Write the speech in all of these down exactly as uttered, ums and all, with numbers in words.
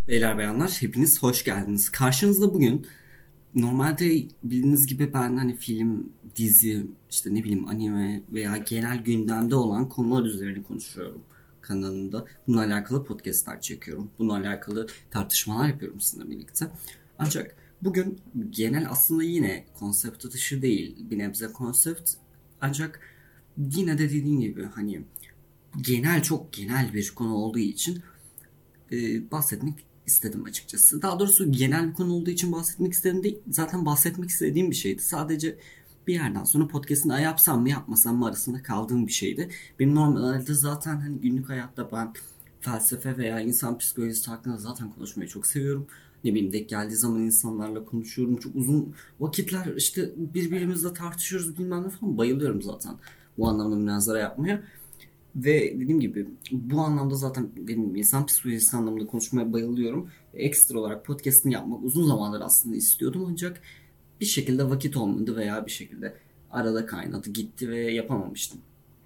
Beyler bayanlar hepiniz hoş geldiniz. Karşınızda bugün normalde bildiğiniz gibi ben hani film, dizi, işte ne bileyim anime veya genel gündemde olan konular üzerine konuşuyorum kanalımda. Bununla alakalı podcastlar çekiyorum. Bununla alakalı tartışmalar yapıyorum sizinle birlikte. Ancak bugün genel aslında yine konsept dışı değil. Bir nebze konsept ancak yine de dediğim gibi hani genel çok genel bir konu olduğu için e, bahsetmek istedim açıkçası. Daha doğrusu genel bir konu olduğu için bahsetmek istedim değil. Zaten bahsetmek istediğim bir şeydi. Sadece bir yerden sonra podcast'ını yapsam mı yapmasam mı arasında kaldığım bir şeydi. Benim normalde zaten hani günlük hayatta ben felsefe veya insan psikolojisi hakkında zaten konuşmayı çok seviyorum. Ne bileyim denk geldiği zaman insanlarla konuşuyorum. Çok uzun vakitler işte birbirimizle tartışıyoruz bilmem ne falan. Bayılıyorum zaten bu anlamda münazara yapmaya. Ve dediğim gibi bu anlamda zaten dediğim gibi insan psikolojisi anlamında konuşmaya bayılıyorum. Ekstra olarak podcast'ini yapmak uzun zamandır aslında istiyordum ancak bir şekilde vakit olmadı veya bir şekilde arada kaynadı gitti ve yapamamıştım.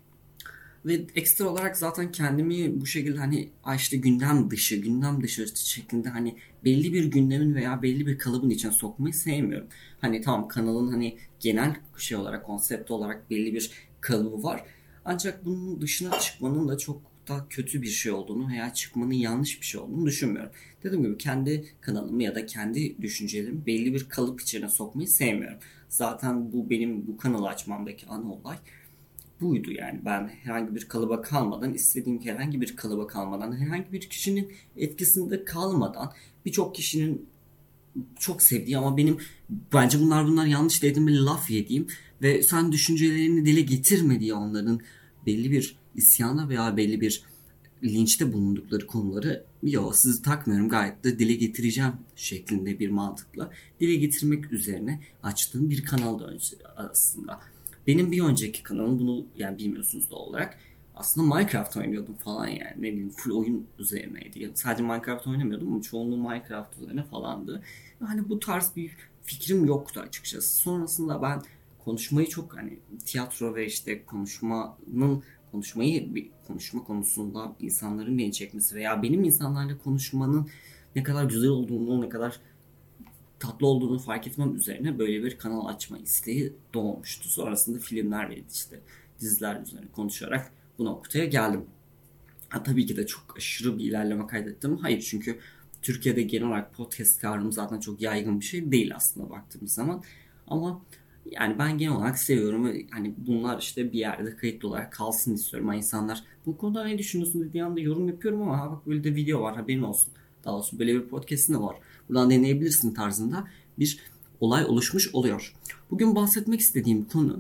Ve ekstra olarak zaten kendimi bu şekilde hani işte gündem dışı, gündem dışı şeklinde hani belli bir gündemin veya belli bir kalıbın içine sokmayı sevmiyorum. Hani tamam kanalın hani genel şey olarak, konsept olarak belli bir kalıbı var. Ancak bunun dışına çıkmanın da çok da kötü bir şey olduğunu veya çıkmanın yanlış bir şey olduğunu düşünmüyorum. Dediğim gibi kendi kanalımı ya da kendi düşüncelerimi belli bir kalıp içine sokmayı sevmiyorum. Zaten bu benim bu kanalı açmamdaki ana olay buydu yani. Ben herhangi bir kalıba kalmadan, istediğim herhangi bir kalıba kalmadan, herhangi bir kişinin etkisinde kalmadan birçok kişinin çok sevdiği ama benim bence bunlar bunlar yanlış dediğim bir laf yediğim ve sen düşüncelerini dile getirmediği onların belli bir isyana veya belli bir linçte bulundukları konuları yo sizi takmıyorum gayet de dile getireceğim şeklinde bir mantıkla dile getirmek üzerine açtığım bir kanal da aslında. Benim bir önceki kanalım bunu yani bilmiyorsunuz doğal olarak aslında Minecraft oynuyordum falan yani ne bileyim full oyun üzerineydi. Yani sadece Minecraft oynamıyordum ama çoğunluğu Minecraft üzerine falandı. Hani bu tarz bir fikrim yoktu açıkçası. Sonrasında ben konuşmayı çok hani tiyatro ve işte konuşmanın konuşmayı bir konuşma konusunda insanların beni çekmesi veya benim insanlarla konuşmanın ne kadar güzel olduğunu, ne kadar tatlı olduğunu fark etmem üzerine böyle bir kanal açma isteği doğmuştu. Sonrasında filmler ve işte diziler üzerine konuşarak bu noktaya geldim. Ha, tabii ki de çok aşırı bir ilerleme kaydettim. Hayır çünkü Türkiye'de genel olarak podcast kavramı zaten çok yaygın bir şey değil aslında baktığımız zaman. Ama yani ben genel olarak seviyorum. Hani bunlar işte bir yerde kayıtlı olarak kalsın istiyorum. Yani insanlar bu konuda ne düşünüyorsun dediği anda yorum yapıyorum ama ha bak böyle de video var haberin olsun. Daha doğrusu böyle bir podcast'in de var. Buradan deneyebilirsin tarzında bir olay oluşmuş oluyor. Bugün bahsetmek istediğim konu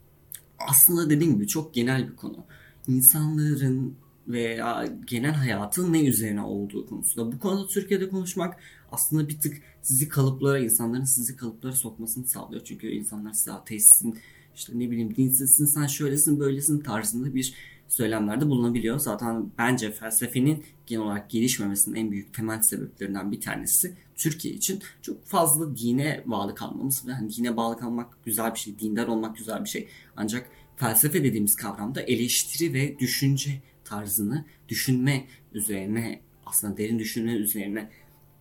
aslında dediğim gibi çok genel bir konu. İnsanların veya genel hayatın ne üzerine olduğu konusunda. Bu konuda Türkiye'de konuşmak aslında bir tık sizi kalıplara, insanların sizi kalıplara sokmasını sağlıyor. Çünkü insanlar size ateistsin, işte ne bileyim dinsizsin, sen şöylesin böylesin tarzında bir söylemlerde bulunabiliyor. Zaten bence felsefenin genel olarak gelişmemesinin en büyük temel sebeplerinden bir tanesi Türkiye için çok fazla dine bağlı kalmamız ve hani dine bağlı kalmak güzel bir şey, dindar olmak güzel bir şey. Ancak felsefe dediğimiz kavramda eleştiri ve düşünce tarzını düşünme üzerine aslında derin düşünme üzerine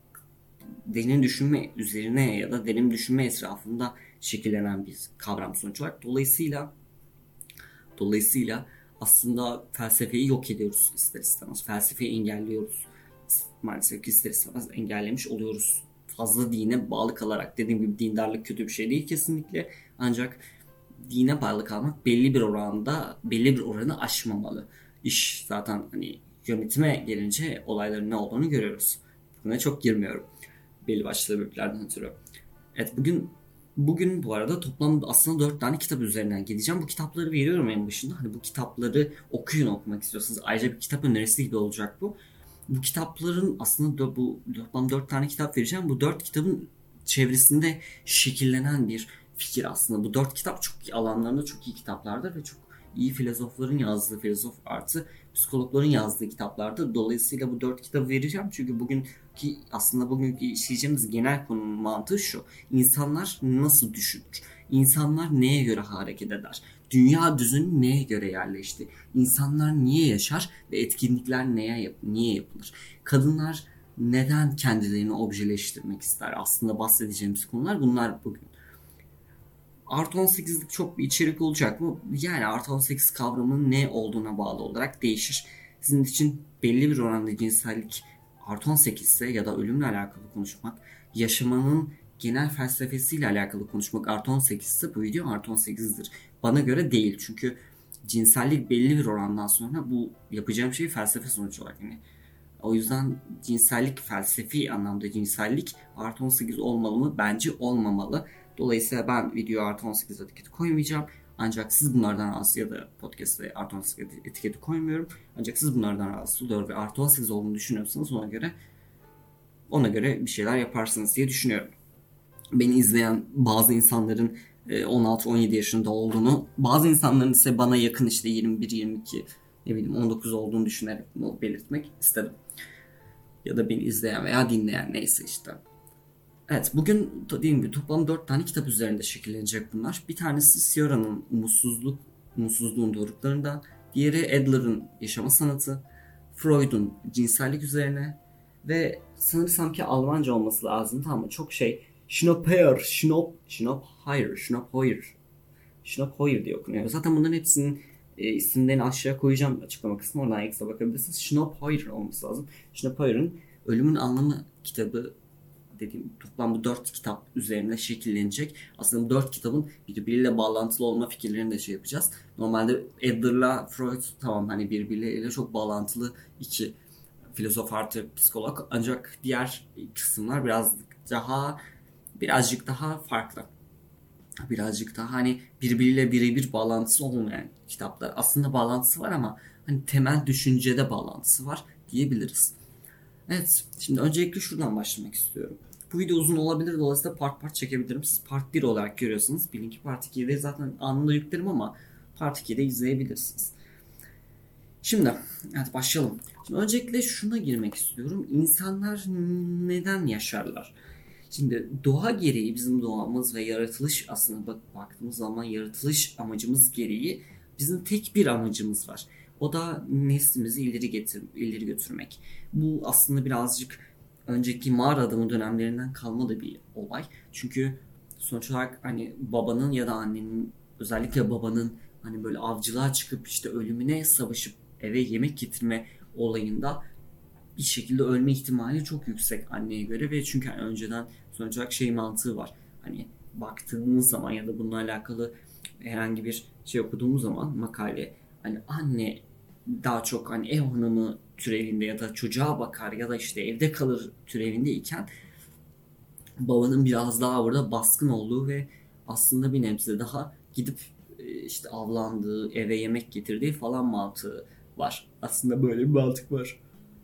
derin düşünme üzerine ya da derin düşünme etrafında şekillenen bir kavram sonuç olarak. Dolayısıyla dolayısıyla aslında felsefeyi yok ediyoruz ister istemez. Felsefeyi engelliyoruz. Maalesef ki ister istemez engellemiş oluyoruz. Fazla dine bağlı kalarak dediğim gibi dindarlık kötü bir şey değil kesinlikle. Ancak dine bağlı kalmak belli bir oranda belli bir oranı aşmamalı. İş zaten hani yönetime gelince olayların ne olduğunu görüyoruz. Buna çok girmiyorum. Belli başlı sebeplerden ötürü. Evet bugün bugün bu arada toplam aslında dört tane kitap üzerinden gideceğim. Bu kitapları veriyorum en başında. Hani bu kitapları okuyun okumak istiyorsanız. Ayrıca bir kitap önerisi gibi olacak bu. Bu kitapların aslında bu toplam dört tane kitap vereceğim. Bu dört kitabın çevresinde şekillenen bir fikir aslında. Bu dört kitap çok iyi alanlarında çok iyi kitaplardır ve çok iyi filozofların yazdığı, filozof artı psikologların yazdığı kitaplardır. Dolayısıyla bu dört kitabı vereceğim. Çünkü bugünkü aslında bugünkü işleyeceğimiz genel konunun mantığı şu. İnsanlar nasıl düşünür? İnsanlar neye göre hareket eder? Dünya düzeni neye göre yerleşti? İnsanlar niye yaşar ve etkinlikler neye yap niye yapılır? Kadınlar neden kendilerini objeleştirmek ister? Aslında bahsedeceğimiz konular bunlar bugün. Artı on sekizlik çok bir içerik olacak mı? Yani artı on sekiz kavramının ne olduğuna bağlı olarak değişir. Sizin için belli bir oranda cinsellik artı on sekiz ise ya da ölümle alakalı konuşmak, yaşamanın genel felsefesiyle alakalı konuşmak artı on sekiz ise bu video artı on sekizdir. Bana göre değil, çünkü cinsellik belli bir orandan sonra bu yapacağım şey felsefe sonuç olarak. Yani o yüzden cinsellik, felsefi anlamda cinsellik artı on sekiz olmalı mı? Bence olmamalı. Dolayısıyla ben video artı on sekiz etiketi koymayacağım. Ancak siz bunlardan rahatsız, ya da podcast'te artı on sekiz etiketi koymuyorum. Ancak siz bunlardan rahatsız oluyor ve artı on sekiz olduğunu düşünüyorsanız ona göre ona göre bir şeyler yaparsınız diye düşünüyorum. Beni izleyen bazı insanların on altı on yedi yaşında olduğunu, bazı insanların ise bana yakın işte yirmi bir yirmi iki, ne bileyim on dokuz olduğunu düşünerek bunu belirtmek istedim. Ya da beni izleyen veya dinleyen neyse işte. Evet, bugün dediğim gibi toplam dört tane kitap üzerinde şekillenecek bunlar. Bir tanesi Ciora'nın Umutsuzluk, Umutsuzluğun Doruklarında. Diğeri Adler'ın Yaşama Sanatı. Freud'un Cinsellik üzerine. Ve sanırsam ki Almanca olması lazım ama çok şey. Schnopper, Schnop, Schnoppheuer, Schnoppheuer. Schnoppheuer diye okunuyor. Zaten bunların hepsinin e, isimlerini aşağıya koyacağım açıklama kısmı. Oradan ekstra bakabilirsiniz. Schnoppheuer olması lazım. Schnoppheuer'ın Ölümün Anlamı kitabı, dediğim toplam bu dört kitap üzerine şekillenecek. Aslında bu dört kitabın birbiriyle bağlantılı olma fikirlerini de şey yapacağız. Normalde Adler'la Freud tamam hani birbirleriyle çok bağlantılı iki filozof artı psikolog. Ancak diğer kısımlar biraz daha birazcık daha farklı. Birazcık daha hani birbiriyle birebir bağlantısı olmayan kitaplar. Aslında bağlantısı var ama hani temel düşüncede bağlantısı var diyebiliriz. Evet, şimdi öncelikle şuradan başlamak istiyorum. Bu video uzun olabilir, dolayısıyla part part çekebilirim. Siz part bir olarak görüyorsunuz. Bilin ki part ikiyi de zaten anında yüklerim ama part ikiyi de izleyebilirsiniz. Şimdi, evet başlayalım. Şimdi öncelikle şuna girmek istiyorum. İnsanlar neden yaşarlar? Şimdi doğa gereği bizim doğamız ve yaratılış, aslında bak, baktığımız zaman yaratılış amacımız gereği bizim tek bir amacımız var. O da neslimizi ileri getir, ileri götürmek. Bu aslında birazcık önceki mağara adamı dönemlerinden kalma da bir olay. Çünkü sonuç olarak hani babanın ya da annenin, özellikle babanın hani böyle avcılığa çıkıp işte ölümüne savaşıp eve yemek getirme olayında bir şekilde ölme ihtimali çok yüksek anneye göre ve çünkü hani önceden sonuç olarak şey mantığı var. Hani baktığımız zaman ya da bununla alakalı herhangi bir şey okuduğumuz zaman makale, hani anne daha çok hani ev hanımı türevinde ya da çocuğa bakar ya da işte evde kalır türevinde iken babanın biraz daha burada baskın olduğu ve aslında bir nebze daha gidip işte avlandığı, eve yemek getirdiği falan mantığı var. Aslında böyle bir mantık var.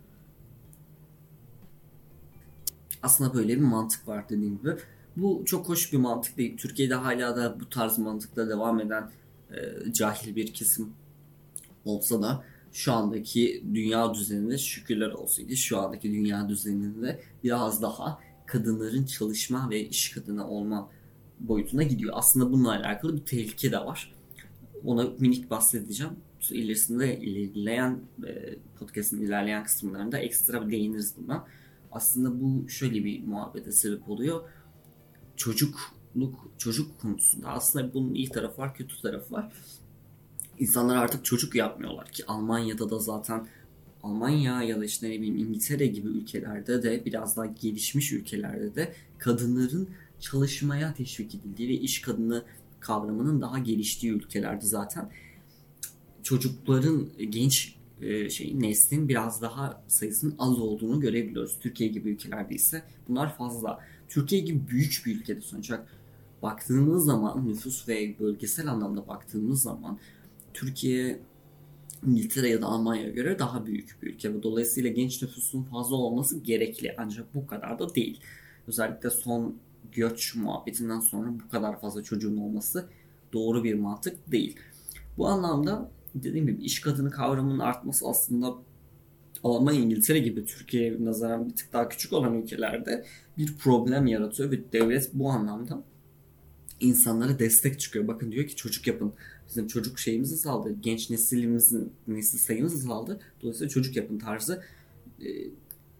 Aslında böyle bir mantık var dediğim gibi. Bu çok hoş bir mantık değil. Türkiye'de hala da bu tarz mantıkla devam eden e, cahil bir kesim olsa da şu andaki dünya düzeninde şükürler olsun ki şu andaki dünya düzeninde biraz daha kadınların çalışma ve iş kadını olma boyutuna gidiyor. Aslında bununla alakalı bir tehlike de var. Ona minik bahsedeceğim. İlerisinde ilerleyen e, podcast'ın ilerleyen kısımlarında ekstra bir değiniriz buna. Aslında bu şöyle bir muhabbete sebep oluyor. Çocukluk, çocuk konusunda aslında bunun iyi tarafı var, kötü tarafı var. İnsanlar artık çocuk yapmıyorlar ki Almanya'da da zaten Almanya ya da işte ne bileyim İngiltere gibi ülkelerde de biraz daha gelişmiş ülkelerde de kadınların çalışmaya teşvik edildiği ve iş kadını kavramının daha geliştiği ülkelerde zaten çocukların genç e, şey neslin biraz daha sayısının az olduğunu görebiliyoruz. Türkiye gibi ülkelerde ise bunlar fazla. Türkiye gibi büyük bir ülkede sonuç olarak baktığımız zaman nüfus ve bölgesel anlamda baktığımız zaman Türkiye İngiltere ya da Almanya'ya göre daha büyük bir ülke ve dolayısıyla genç nüfusun fazla olması gerekli, ancak bu kadar da değil. Özellikle son göç muhabbetinden sonra bu kadar fazla çocuğun olması doğru bir mantık değil. Bu anlamda dediğim gibi iş kadını kavramının artması aslında Almanya, İngiltere gibi Türkiye'ye nazaran bir tık daha küçük olan ülkelerde bir problem yaratıyor ve devlet bu anlamda insanlara destek çıkıyor. Bakın diyor ki çocuk yapın. Bizim çocuk şeyimiz azaldı. Genç neslimizin nesil sayımız azaldı. Dolayısıyla çocuk yapın tarzı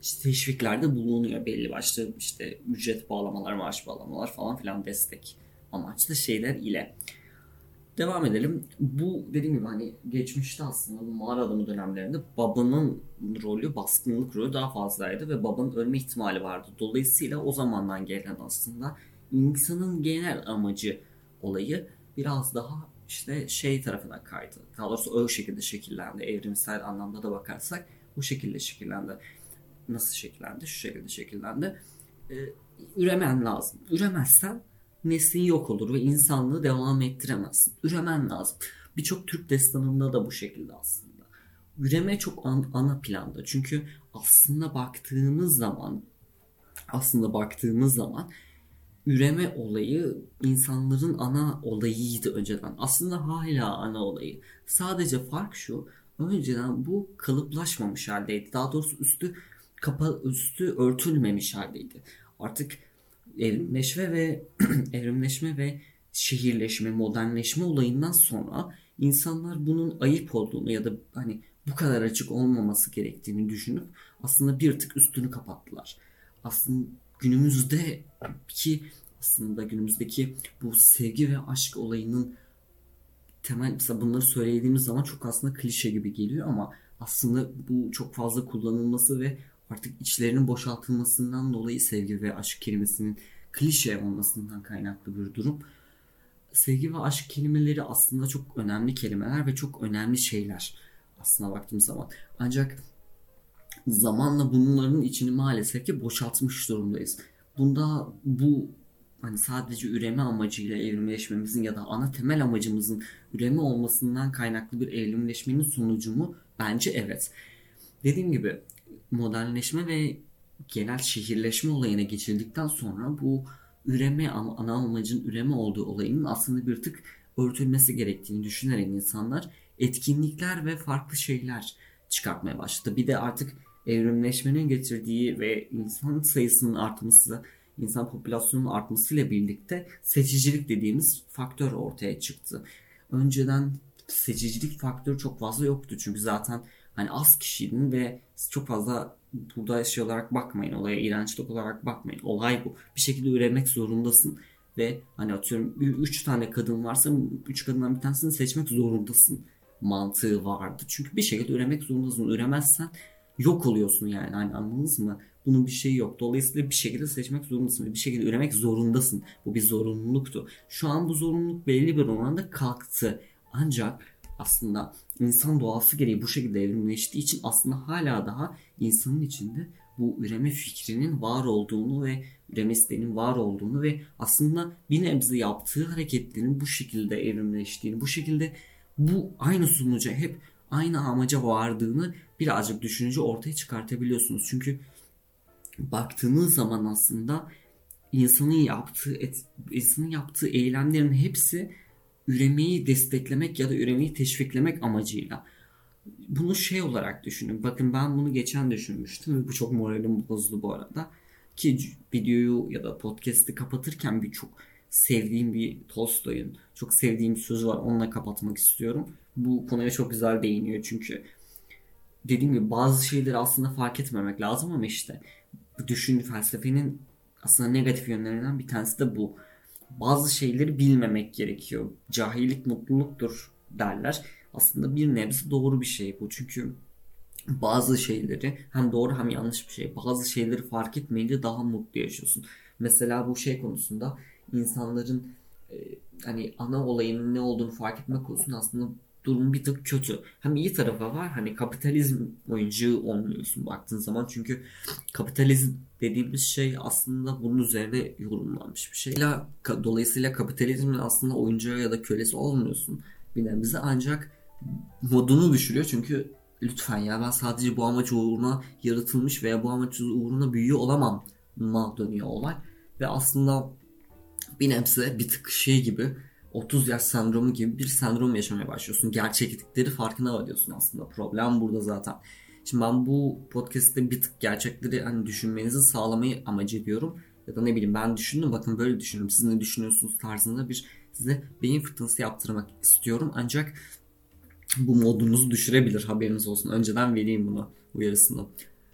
işte teşviklerde bulunuyor, belli başlı işte ücret bağlamalar, maaş bağlamalar falan filan, destek amaçlı şeyler ile. Devam edelim. Bu dediğim gibi hani geçmişte aslında bu mağara adamı dönemlerinde babanın rolü, baskınlık rolü daha fazlaydı ve babanın ölme ihtimali vardı. Dolayısıyla o zamandan gelen aslında insanın genel amacı olayı biraz daha işte şey tarafına kaydı. Daha doğrusu o şekilde şekillendi. Evrimsel anlamda da bakarsak bu şekilde şekillendi. Nasıl şekillendi? Şu şekilde şekillendi. Ee, üremen lazım. Üremezsen neslin yok olur ve insanlığı devam ettiremezsin. Üremen lazım. Birçok Türk destanında da bu şekilde aslında. Üreme çok an, ana planda. Çünkü aslında baktığımız zaman aslında baktığımız zaman üreme olayı insanların ana olayıydı önceden. Aslında hala ana olayı. Sadece fark şu: önceden bu kalıplaşmamış haldeydi. Daha doğrusu üstü kapa üstü örtülmemiş haldeydi. Artık evrimleşme ve evrimleşme ve şehirleşme, modernleşme olayından sonra insanlar bunun ayıp olduğunu ya da hani bu kadar açık olmaması gerektiğini düşünüp aslında bir tık üstünü kapattılar. Aslında günümüzdeki aslında günümüzdeki bu sevgi ve aşk olayının temel, mesela bunları söylediğimiz zaman çok aslında klişe gibi geliyor ama aslında bu çok fazla kullanılması ve artık içlerinin boşaltılmasından dolayı sevgi ve aşk kelimesinin klişe olmasından kaynaklı bir durum. Sevgi ve aşk kelimeleri aslında çok önemli kelimeler ve çok önemli şeyler aslına baktığımız zaman. Ancak zamanla bunların içini maalesef ki boşaltmış durumdayız. Bunda bu hani sadece üreme amacıyla evrimleşmemizin ya da ana temel amacımızın üreme olmasından kaynaklı bir evrimleşmenin sonucu mu? Bence evet. Dediğim gibi modernleşme ve genel şehirleşme olayına geçildikten sonra bu üreme, ana amacın üreme olduğu olayının aslında bir tık örtülmesi gerektiğini düşünerek insanlar etkinlikler ve farklı şeyler çıkartmaya başladı. Bir de artık evrimleşmenin getirdiği ve insan sayısının artması, insan popülasyonunun artmasıyla birlikte seçicilik dediğimiz faktör ortaya çıktı. Önceden seçicilik faktörü çok fazla yoktu çünkü zaten hani az kişiydin ve çok fazla burada şey olarak bakmayın, olaya iğrençlik olarak bakmayın. Olay bu. Bir şekilde üremek zorundasın ve hani atıyorum üç tane kadın varsa üç kadından bir tanesini seçmek zorundasın mantığı vardı. Çünkü bir şekilde üremek zorundasın. Üremezsen yok oluyorsun yani. Hani anladınız mı? Bunun bir şeyi yok. Dolayısıyla bir şekilde seçmek zorundasın ve bir şekilde üremek zorundasın. Bu bir zorunluluktu. Şu an bu zorunluluk belli bir oranda kalktı. Ancak aslında insan doğası gereği bu şekilde evrimleştiği için aslında hala daha insanın içinde bu üreme fikrinin var olduğunu ve üreme isteğinin var olduğunu ve aslında bir nebze yaptığı hareketlerin bu şekilde evrimleştiğini, bu şekilde bu aynı sonuca hep aynı amaca vardığını birazcık düşününce ortaya çıkartabiliyorsunuz. Çünkü baktığınız zaman aslında insanın yaptığı et, insanın yaptığı eylemlerin hepsi üremeyi desteklemek ya da üremeyi teşviklemek amacıyla. Bunu şey olarak düşünün. Bakın ben bunu geçen düşünmüştüm ve bu çok moralim bozdu bu arada. Ki videoyu ya da podcast'i kapatırken bir çok sevdiğim bir Tolstoy'un çok sevdiğim bir sözü var. Onunla kapatmak istiyorum. Bu konuya çok güzel değiniyor çünkü dediğim gibi bazı şeyleri aslında fark etmemek lazım ama işte düşün, felsefenin aslında negatif yönlerinden bir tanesi de bu. Bazı şeyleri bilmemek gerekiyor. Cahillik mutluluktur derler. Aslında bir nebze doğru bir şey bu. Çünkü bazı şeyleri hem doğru hem yanlış bir şey. Bazı şeyleri fark etmeyince daha mutlu yaşıyorsun. Mesela bu şey konusunda insanların e, hani ana olayının ne olduğunu fark etmek konusunda aslında durum bir tık kötü. Hem iyi tarafı var. Hani kapitalizm oyuncağı olmuyorsun baktığın zaman. Çünkü kapitalizm dediğimiz şey aslında bunun üzerine yorumlanmış bir şey. Dolayısıyla kapitalizmin aslında oyuncağı ya da kölesi olmuyorsun bir nebze, ancak modunu düşürüyor çünkü lütfen ya ben sadece bu amaç uğruna yaratılmış veya bu amaç uğruna büyüyor olamam ma dönüyor olay ve aslında bir nebze bir tık şey gibi otuz yaş sendromu gibi bir sendrom yaşamaya başlıyorsun. Gerçeklikleri farkına varıyorsun aslında. Problem burada zaten. Şimdi ben bu podcast'te bir tık gerçekleri hani düşünmenizi sağlamayı amacı ediyorum. Ya da ne bileyim ben düşündüm bakın böyle düşünüyorum. Siz ne düşünüyorsunuz tarzında bir size beyin fırtınası yaptırmak istiyorum. Ancak bu modunuzu düşürebilir, haberiniz olsun. Önceden vereyim bunu uyarısını.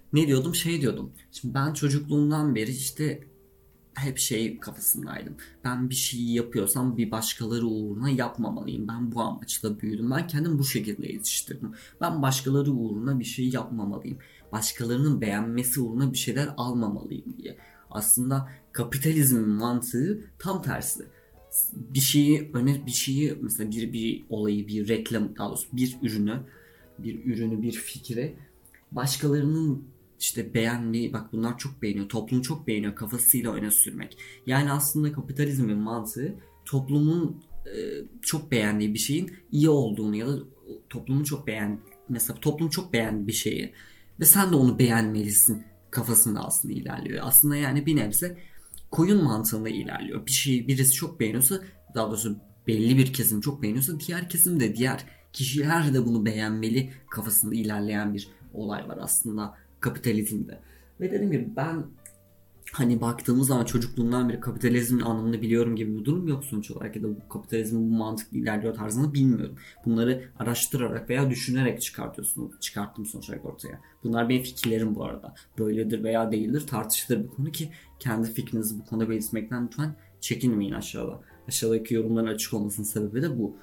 Ne diyordum? Şey diyordum. Şimdi ben çocukluğumdan beri işte hep şey kafasındaydım. Ben bir şeyi yapıyorsam bir başkaları uğruna yapmamalıyım. Ben bu amaçla büyüdüm. Ben kendim bu şekilde yetiştirdim. Ben başkaları uğruna bir şey yapmamalıyım. Başkalarının beğenmesi uğruna bir şeyler almamalıyım diye. Aslında kapitalizmin mantığı tam tersi. Bir şeyi öne bir şeyi mesela bir bir olayı, bir reklam, daha doğrusu bir ürünü, bir ürünü, bir fikri başkalarının işte beğenmeyi, bak bunlar çok beğeniyor, toplum çok beğeniyor kafasıyla öne sürmek. Yani aslında kapitalizmin mantığı toplumun e, çok beğendiği bir şeyin iyi olduğunu ya da toplumun çok beğen mesela toplum çok beğendi bir şeyi ve sen de onu beğenmelisin kafasında aslında ilerliyor. Aslında yani bir nebze koyun mantığında ilerliyor. Bir şeyi birisi çok beğeniyorsa, daha doğrusu belli bir kesim çok beğeniyorsa diğer kesim de, diğer kişiler de bunu beğenmeli kafasında ilerleyen bir olay var aslında kapitalizmde. Ve dediğim gibi ben hani baktığımız zaman çocukluğumdan beri kapitalizmin anlamını biliyorum gibi bir durum yok sonuç olarak ya da bu kapitalizmin bu mantıklı ilerliyor tarzını bilmiyorum. Bunları araştırarak veya düşünerek çıkartıyorsun, çıkarttım sonuç olarak ortaya. Bunlar benim fikirlerim bu arada. Böyledir veya değildir tartışılır bir konu ki kendi fikrinizi bu konuda belirtmekten lütfen çekinmeyin aşağıda. Aşağıdaki yorumların açık olmasının sebebi de bu.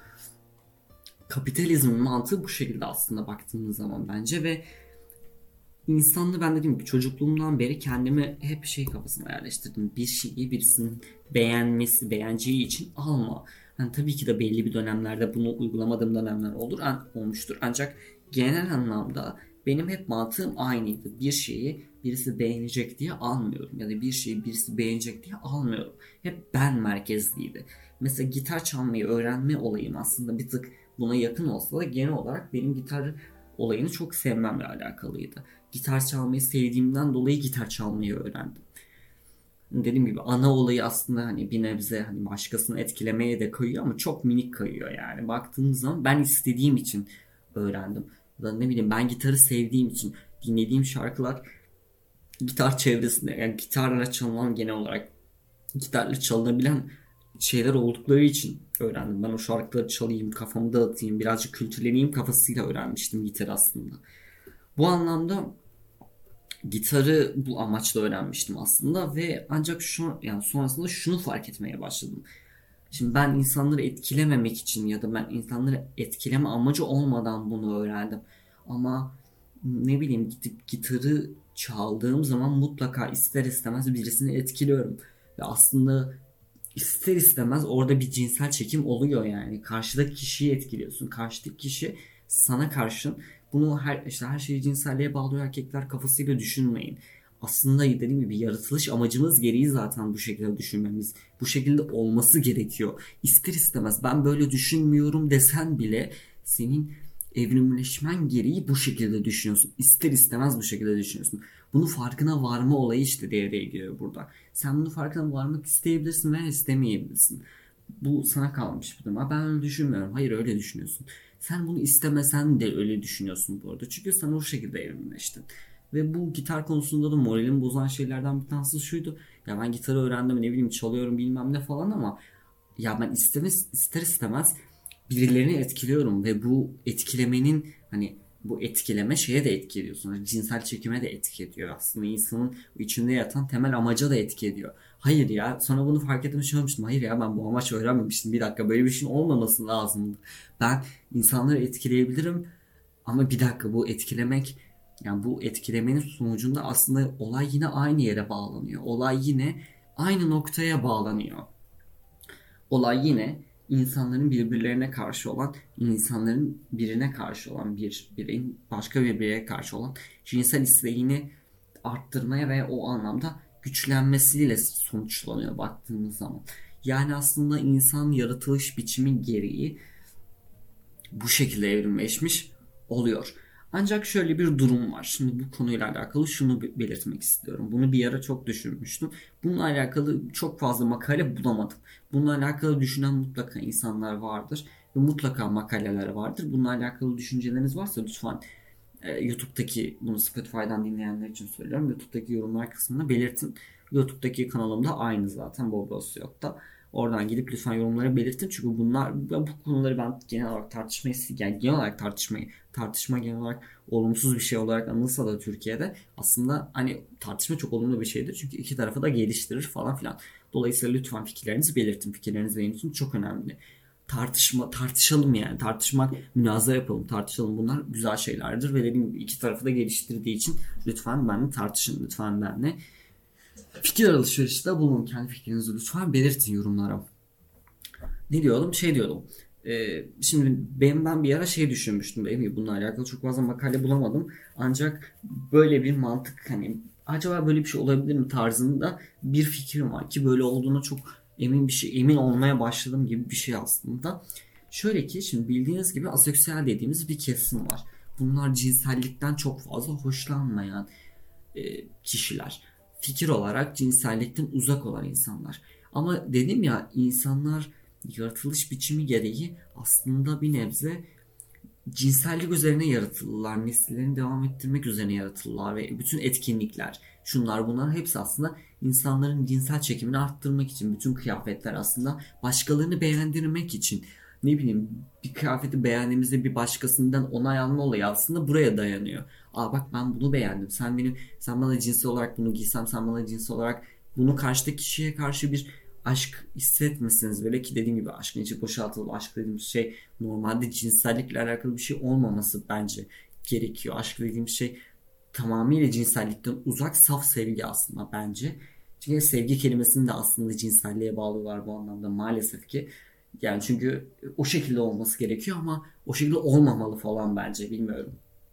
Kapitalizmin mantığı bu şekilde aslında baktığımız zaman bence ve İnsanlığı ben dediğim gibi çocukluğumdan beri kendimi hep şey kafasına yerleştirdim. Bir şeyi birisinin beğenmesi, beğeneceği için alma. Yani tabii ki de belli bir dönemlerde bunu uygulamadığım dönemler olur, an, olmuştur. Ancak genel anlamda benim hep mantığım aynıydı. Bir şeyi birisi beğenecek diye almıyorum. Ya da bir şeyi birisi beğenecek diye almıyorum. Hep ben merkezliydi. Mesela gitar çalmayı öğrenme olayım aslında bir tık buna yakın olsa da genel olarak benim gitar olayını çok sevmemle alakalıydı. Gitar çalmayı sevdiğimden dolayı gitar çalmayı öğrendim. Dediğim gibi ana olayı aslında hani bir nebze hani başkasını etkilemeye de kayıyor ama çok minik kayıyor yani. Baktığınız zaman ben istediğim için öğrendim. Ya da ne bileyim ben gitarı sevdiğim için dinlediğim şarkılar gitar çevresinde, yani gitarla çalınan, genel olarak gitarla çalınabilen şeyler oldukları için öğrendim. Ben o şarkıları çalayım, kafamı dağıtayım, birazcık kültürleneyim kafasıyla öğrenmiştim gitar aslında. Bu anlamda gitarı bu amaçla öğrenmiştim aslında ve ancak şu yani sonrasında şunu fark etmeye başladım. Şimdi ben insanları etkilememek için ya da ben insanları etkileme amacı olmadan bunu öğrendim. Ama ne bileyim gidip gitarı çaldığım zaman mutlaka ister istemez birisini etkiliyorum. Ve aslında ister istemez orada bir cinsel çekim oluyor yani. Karşıdaki kişiyi etkiliyorsun. Karşıdaki kişi sana karşın bunu her işte her şeyi cinselliğe bağlıyor erkekler kafasıyla düşünmeyin. Aslında dediğim gibi yaratılış amacımız gereği zaten bu şekilde düşünmemiz, bu şekilde olması gerekiyor. İster istemez ben böyle düşünmüyorum desen bile senin evrimleşmen gereği bu şekilde düşünüyorsun. İster istemez bu şekilde düşünüyorsun. Bunun farkına varma olayı işte devreye giriyor burada. Sen bunun farkına varmak isteyebilirsin veya istemeyebilirsin. Bu sana kalmış bir durum. Ben öyle düşünmüyorum. Hayır, öyle düşünüyorsun. Sen bunu istemesen de öyle düşünüyorsun bu arada. Çünkü sen o şekilde evrimleştin. Ve bu gitar konusunda da moralimi bozan şeylerden bir tanesi şuydu. Ya ben gitarı öğrendim, ne bileyim çalıyorum bilmem ne falan ama ya ben istemez, ister istemez birilerini etkiliyorum ve bu etkilemenin hani bu etkileme şeye de etki ediyor. Sonra cinsel çekime de etki ediyor. Aslında insanın içinde yatan temel amaca da etki ediyor. Hayır ya, sonra bunu fark ettim, şey olmuştum. Hayır ya, ben bu amaç öğrenmemiştim. Bir dakika, böyle bir şeyin olmaması lazımdı. Ben insanları etkileyebilirim ama bir dakika, bu etkilemek, yani bu etkilemenin sonucunda aslında olay yine aynı yere bağlanıyor. Olay yine aynı noktaya bağlanıyor. Olay yine insanların birbirlerine karşı olan, insanların birine karşı olan, bir bireyin başka bir bireye karşı olan cinsel isteğini arttırmaya ve o anlamda güçlenmesiyle sonuçlanıyor baktığımız zaman. Yani aslında insan yaratılış biçimi gereği bu şekilde evrimleşmiş oluyor. Ancak şöyle bir durum var. Şimdi bu konuyla alakalı şunu belirtmek istiyorum. Bunu bir ara çok düşünmüştüm. Bununla alakalı çok fazla makale bulamadım. Bununla alakalı düşünen mutlaka insanlar vardır. Ve mutlaka makaleler vardır. Bununla alakalı düşünceleriniz varsa lütfen e, YouTube'daki, bunu Spotify'dan dinleyenler için söylüyorum, YouTube'daki yorumlar kısmına belirtin. YouTube'daki kanalım da aynı zaten, Bob Yok da. Oradan gidip lütfen yorumlara belirtin. Çünkü bunlar bu konuları ben genel olarak tartışmayı yani genel olarak tartışmayı tartışma genel olarak olumsuz bir şey olarak anılsa da Türkiye'de aslında hani tartışma çok olumlu bir şeydir. Çünkü iki tarafı da geliştirir falan filan. Dolayısıyla lütfen fikirlerinizi belirtin. Fikirleriniz benim için çok önemli. Tartışma tartışalım yani. Tartışmak, münazara yapalım, tartışalım. Bunlar güzel şeylerdir ve dediğim gibi iki tarafı da geliştirdiği için lütfen benimle tartışın. Lütfen benimle fikir alışverişte bulunun. Kendi fikrinizi lütfen belirtin yorumlara. Ne diyordum? Şey diyordum. Ee, şimdi ben, ben bir ara şey düşünmüştüm. Benim bununla alakalı çok fazla makale bulamadım. Ancak böyle bir mantık hani acaba böyle bir şey olabilir mi tarzında bir fikrim var ki böyle olduğuna çok emin bir şey emin olmaya başladım gibi bir şey aslında. Şöyle ki şimdi bildiğiniz gibi aseksüel dediğimiz bir kesim var. Bunlar cinsellikten çok fazla hoşlanmayan e, kişiler. Fikir olarak cinsellikten uzak olan insanlar. Ama dedim ya insanlar yaratılış biçimi gereği aslında bir nebze cinsellik üzerine yaratılırlar. Nesillerini devam ettirmek üzerine yaratılırlar ve bütün etkinlikler, şunlar bunlar hepsi aslında insanların cinsel çekimini arttırmak için. Bütün kıyafetler aslında başkalarını beğendirmek için. Ne bileyim bir kıyafeti beğendiğimizde bir başkasından onay alma olayı aslında buraya dayanıyor. Aa bak ben bunu beğendim. Sen benim sen bana cinsel olarak bunu giysem sen bana cinsel olarak bunu karşıdaki kişiye karşı bir aşk hissetmesiniz böyle ki dediğim gibi aşkın içi boşaltılıp aşk dediğimiz şey normalde cinsellikle alakalı bir şey olmaması bence gerekiyor. Aşk dediğim şey tamamıyla cinsellikten uzak saf sevgi aslında bence. Çünkü sevgi kelimesini de aslında cinselliğe bağlıyorlar bu anlamda maalesef ki. Yani çünkü o şekilde olması gerekiyor ama o şekilde olmamalı falan bence bilmiyorum.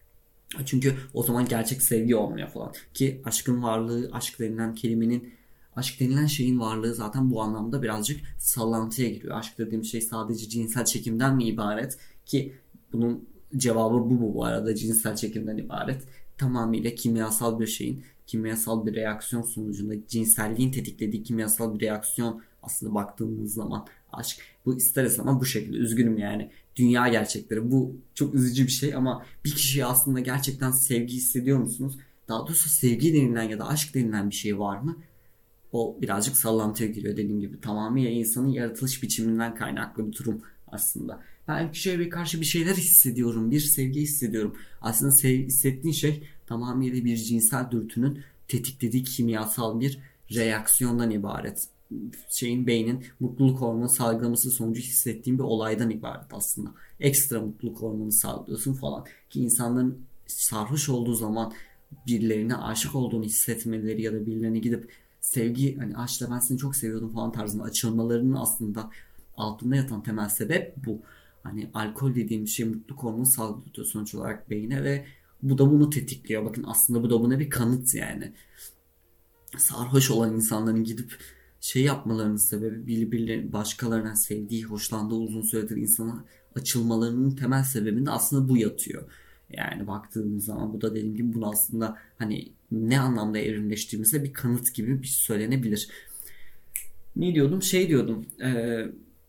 Çünkü o zaman gerçek sevgi olmuyor falan. Ki aşkın varlığı, aşk denilen kelimenin aşk denilen şeyin varlığı zaten bu anlamda birazcık sallantıya giriyor. Aşk dediğim şey sadece cinsel çekimden mi ibaret? Ki bunun cevabı bu bu bu arada cinsel çekimden ibaret. Tamamıyla kimyasal bir şeyin, kimyasal bir reaksiyon sonucunda cinselliğin tetiklediği kimyasal bir reaksiyon aslında baktığımız zaman aşk. Bu ister istemez bu şekilde. Üzgünüm yani. Dünya gerçekleri. Bu çok üzücü bir şey ama bir kişiye aslında gerçekten sevgi hissediyor musunuz? Daha doğrusu sevgi denilen ya da aşk denilen bir şey var mı? O birazcık sallantıya giriyor dediğim gibi. Tamamıyla insanın yaratılış biçiminden kaynaklı bir durum aslında. Ben kişiye karşı bir şeyler hissediyorum. Bir sevgi hissediyorum. Aslında sev- hissettiğin şey tamamıyla bir cinsel dürtünün tetiklediği kimyasal bir reaksiyondan ibaret. Şeyin beynin mutluluk hormonu salgılaması sonucu hissettiğin bir olaydan ibaret aslında. Ekstra mutluluk hormonu salgılıyorsun falan. Ki insanların sarhoş olduğu zaman birilerine aşık olduğunu hissetmeleri ya da birilerine gidip sevgi hani aşkla ben seni çok seviyordum falan tarzında açılmalarının aslında altında yatan temel sebep bu. Hani alkol dediğim şey mutluluk hormonu salgılatıyor sonuç olarak beyine ve bu da bunu tetikliyor. Bakın aslında bu da buna bir kanıt yani. Sarhoş olan insanların gidip şey yapmalarının sebebi birbirleri başkalarına sevdiği, hoşlandığı uzun süredir insana açılmalarının temel sebebinde aslında bu yatıyor. Yani baktığımız zaman bu da dediğim gibi bunu aslında hani ne anlamda evrimleştiğimize bir kanıt gibi bir söylenebilir. Ne diyordum? Şey diyordum. Ee,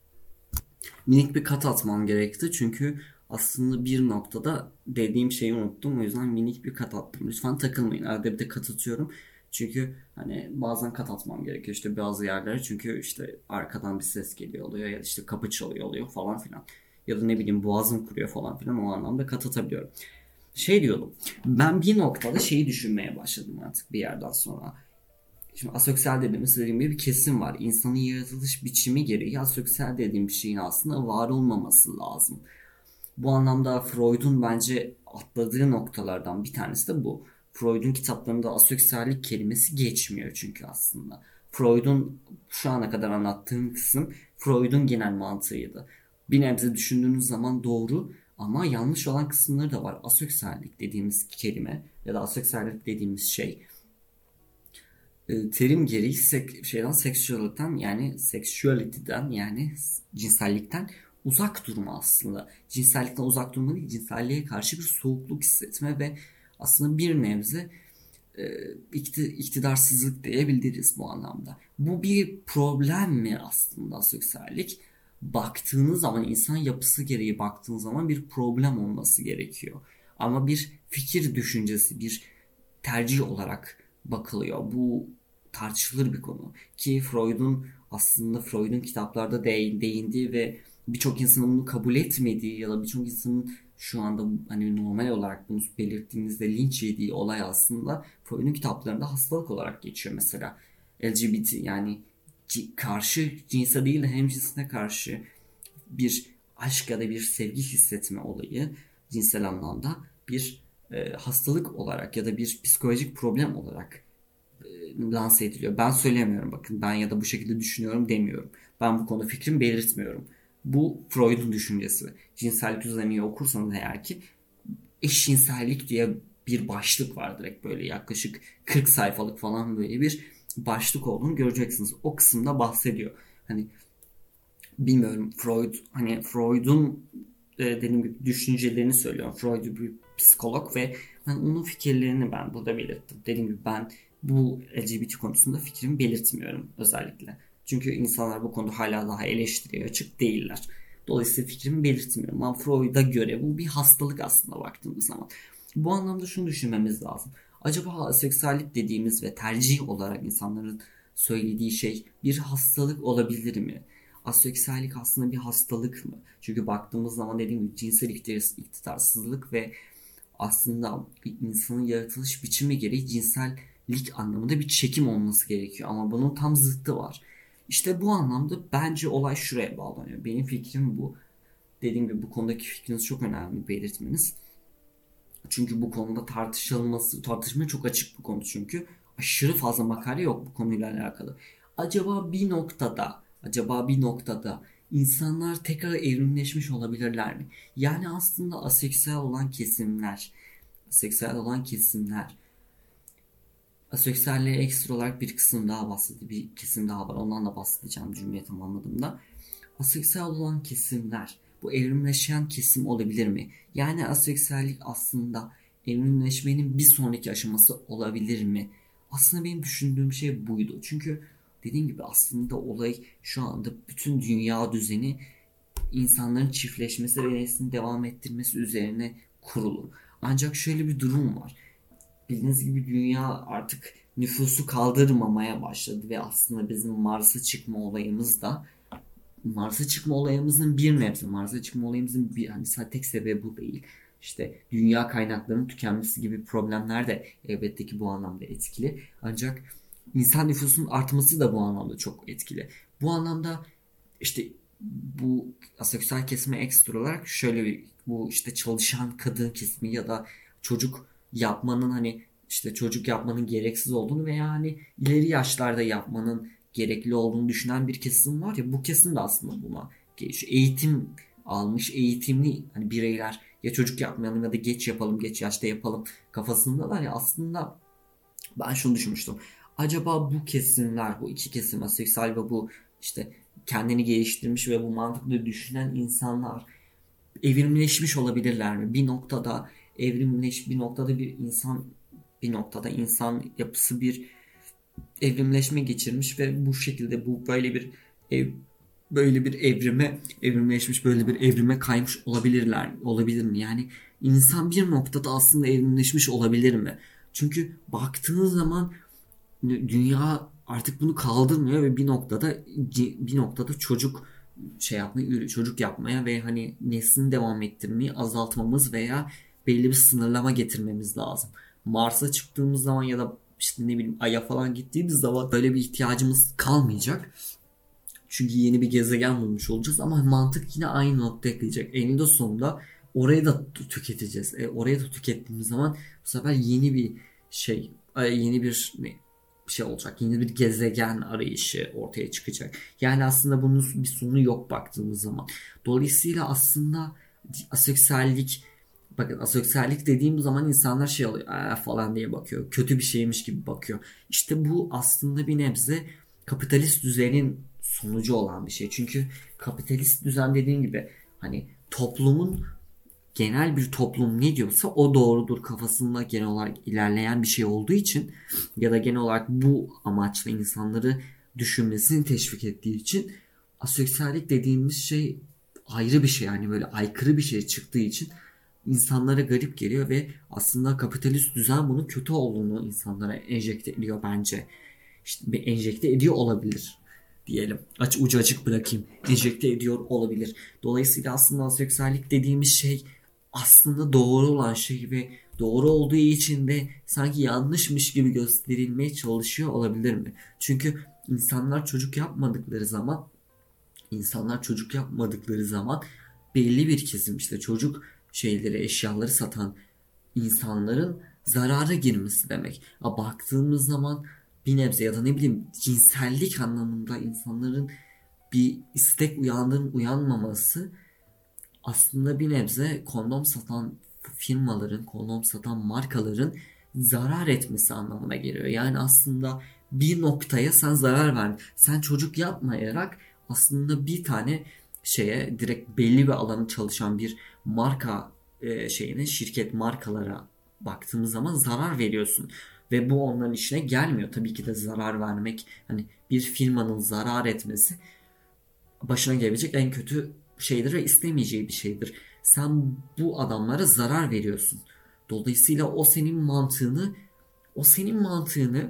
minik bir kat atmam gerekti. Çünkü aslında bir noktada dediğim şeyi unuttum. O yüzden minik bir kat attım. Lütfen takılmayın. Arada bir de kat atıyorum. Çünkü hani bazen kat atmam gerekiyor işte bazı yerlere. Çünkü işte arkadan bir ses geliyor oluyor ya da işte kapı çalıyor oluyor falan filan. Ya da ne bileyim boğazım kuruyor falan filan o anlamda kat atabiliyorum. Şey diyordum. Ben bir noktada şeyi düşünmeye başladım artık bir yerden sonra. Şimdi asosyal dediğimiz dediğim gibi bir kesim var. İnsanın yaratılış biçimi gereği asosyal dediğim bir şeyin aslında var olmaması lazım. Bu anlamda Freud'un bence atladığı noktalardan bir tanesi de bu. Freud'un kitaplarında aseksüellik kelimesi geçmiyor çünkü aslında. Freud'un şu ana kadar anlattığım kısım Freud'un genel mantığıydı. Bir nebze düşündüğünüz zaman doğru ama yanlış olan kısımları da var. Aseksüellik dediğimiz kelime ya da aseksüellik dediğimiz şey e, terim gereği sek, şeyden seksüellikten yani sexuality'den yani cinsellikten uzak durma aslında. Cinsellikten uzak durma değil, cinselliğe karşı bir soğukluk hissetme ve aslında bir nebze e, iktidarsızlık diyebiliriz bu anlamda. Bu bir problem mi aslında seksüellik? Baktığınız zaman insan yapısı gereği baktığınız zaman bir problem olması gerekiyor. Ama bir fikir düşüncesi, bir tercih olarak bakılıyor. Bu tartışılır bir konu. Ki Freud'un aslında Freud'un kitaplarda değ- değindiği ve birçok insanın bunu kabul etmediği ya da birçok insanın şu anda hani normal olarak bunu belirttiğimizde linç yediği olay aslında Freud'un kitaplarında hastalık olarak geçiyor mesela. L G B T yani ci- karşı cinse değil de hemcinsine karşı bir aşk ya da bir sevgi hissetme olayı cinsel anlamda bir e, hastalık olarak ya da bir psikolojik problem olarak e, lanse ediliyor. Ben söylemiyorum, bakın, ben ya da bu şekilde düşünüyorum demiyorum. Ben bu konuda fikrimi belirtmiyorum. Bu Freud'un düşüncesi. Cinsellik üzerine okursanız eğer ki eşcinsellik diye bir başlık var, direkt böyle yaklaşık kırk sayfalık falan böyle bir başlık olduğunu göreceksiniz. O kısımda bahsediyor. Hani bilmiyorum, Freud hani Freud'un e, dediğim gibi düşüncelerini söylüyorum. Freud bir psikolog ve ben onun fikirlerini ben burada belirttim. Dediğim gibi ben bu L G B T konusunda fikrimi belirtmiyorum özellikle. Çünkü insanlar bu konuda hala daha eleştiriye açık değiller. Dolayısıyla fikrimi belirtmiyorum. Ama Freud'a göre bu bir hastalık aslında baktığımız zaman. Bu anlamda şunu düşünmemiz lazım. Acaba aseksüellik dediğimiz ve tercih olarak insanların söylediği şey bir hastalık olabilir mi? Aseksüellik aslında bir hastalık mı? Çünkü baktığımız zaman dediğim gibi cinsel iktidarsızlık ve aslında bir insanın yaratılış biçimi gereği cinsellik anlamında bir çekim olması gerekiyor. Ama bunun tam zıttı var. İşte bu anlamda bence olay şuraya bağlanıyor. Benim fikrim bu. Dediğim gibi bu konudaki fikriniz çok önemli belirtmeniz. Çünkü bu konuda tartışılması, tartışmaya çok açık bu konu çünkü. Aşırı fazla makale yok bu konuyla alakalı. Acaba bir noktada, acaba bir noktada insanlar tekrar evrimleşmiş olabilirler mi? Yani aslında aseksüel olan kesimler, aseksüel olan kesimler, aseksüelliğe ekstra olarak bir kısım daha bahsediyor, bir kesim daha var. Ondan da bahsedeceğim cümleyi tamamladığımda. Aseksüel olan kesimler, bu evrimleşen kesim olabilir mi? Yani aseksüellik aslında evrimleşmenin bir sonraki aşaması olabilir mi? Aslında benim düşündüğüm şey buydu. Çünkü dediğim gibi aslında olay şu anda bütün dünya düzeni insanların çiftleşmesi ve neslini devam ettirmesi üzerine kurulu. Ancak şöyle bir durum var. Bildiğiniz gibi dünya artık nüfusu kaldırmamaya başladı ve aslında bizim Mars'a çıkma olayımız da Mars'a çıkma olayımızın bir nebze, Mars'a çıkma olayımızın bir hani sadece tek sebebi bu değil. İşte dünya kaynaklarının tükenmesi gibi problemler de elbette ki bu anlamda etkili. Ancak insan nüfusunun artması da bu anlamda çok etkili. Bu anlamda işte bu aseksüel kesime ekstra olarak şöyle bir, bu işte çalışan kadın kesimi ya da çocuk yapmanın hani işte çocuk yapmanın gereksiz olduğunu veya hani ileri yaşlarda yapmanın gerekli olduğunu düşünen bir kesim var ya, bu kesim de aslında buna şu eğitim almış eğitimli hani bireyler, ya çocuk yapmayalım ya da geç yapalım, geç yaşta yapalım kafasındalar ya. Aslında ben şunu düşünmüştüm. Acaba bu kesimler, bu iki kesim, aseksüel ve bu işte kendini geliştirmiş ve bu mantıklı düşünen insanlar evrimleşmiş olabilirler mi? Bir noktada evrimleş, bir noktada bir insan, bir noktada insan yapısı bir evrimleşme geçirmiş ve bu şekilde bu böyle bir ev, böyle bir evrime evrimleşmiş, böyle bir evrime kaymış olabilirler, olabilir mi? Yani insan bir noktada aslında evrimleşmiş olabilir mi? Çünkü baktığınız zaman dünya artık bunu kaldırmıyor ve bir noktada bir noktada çocuk şey yapmayı, çocuk yapmaya ve hani neslini devam ettirmeyi azaltmamız veya belli bir sınırlama getirmemiz lazım. Mars'a çıktığımız zaman ya da işte ne bileyim Ay'a falan gittiğimiz zaman böyle bir ihtiyacımız kalmayacak. Çünkü yeni bir gezegen bulmuş olacağız ama mantık yine aynı noktaya kıyacak. Eninde sonunda orayı da tüketeceğiz. E, orayı da tükettiğimiz zaman bu sefer yeni bir şey, yeni bir ne, şey olacak. Yeni bir gezegen arayışı ortaya çıkacak. Yani aslında bunun bir sonu yok baktığımız zaman. Dolayısıyla aslında aseksüellik, bakın aseksüellik dediğim zaman insanlar şey oluyor falan diye bakıyor. Kötü bir şeymiş gibi bakıyor. İşte bu aslında bir nebze kapitalist düzenin sonucu olan bir şey. Çünkü kapitalist düzen dediğim gibi hani toplumun, genel bir toplum ne diyorsa o doğrudur kafasında genel olarak ilerleyen bir şey olduğu için ya da genel olarak bu amaçla insanları düşünmesini teşvik ettiği için aseksüellik dediğimiz şey ayrı bir şey, yani böyle aykırı bir şey çıktığı için insanlara garip geliyor ve aslında kapitalist düzen bunun kötü olduğunu insanlara enjekte ediyor bence. İşte bir enjekte ediyor olabilir. diyelim. Aç ucu açık bırakayım. Enjekte ediyor olabilir. Dolayısıyla aslında aseksüellik dediğimiz şey aslında doğru olan şey ve doğru olduğu için de sanki yanlışmış gibi gösterilmeye çalışıyor olabilir mi? Çünkü insanlar çocuk yapmadıkları zaman insanlar çocuk yapmadıkları zaman belli bir kesim işte çocuk şeyleri, eşyaları satan insanların zarara girmesi demek. A, baktığımız zaman bir nebze ya da ne bileyim cinsellik anlamında insanların bir istek uyandırıp uyanmaması aslında bir nebze kondom satan firmaların, kondom satan markaların zarar etmesi anlamına geliyor. Yani aslında bir noktaya sen zarar ver. Sen çocuk yapmayarak aslında bir tane şeye direkt belli bir alanı çalışan bir marka e, şeyine, şirket markalara baktığımız zaman zarar veriyorsun. Ve bu onların işine gelmiyor. Tabii ki de zarar vermek, hani bir firmanın zarar etmesi başına gelebilecek en kötü şeydir ve istemeyeceği bir şeydir. Sen bu adamlara zarar veriyorsun. Dolayısıyla o senin mantığını, o senin mantığını,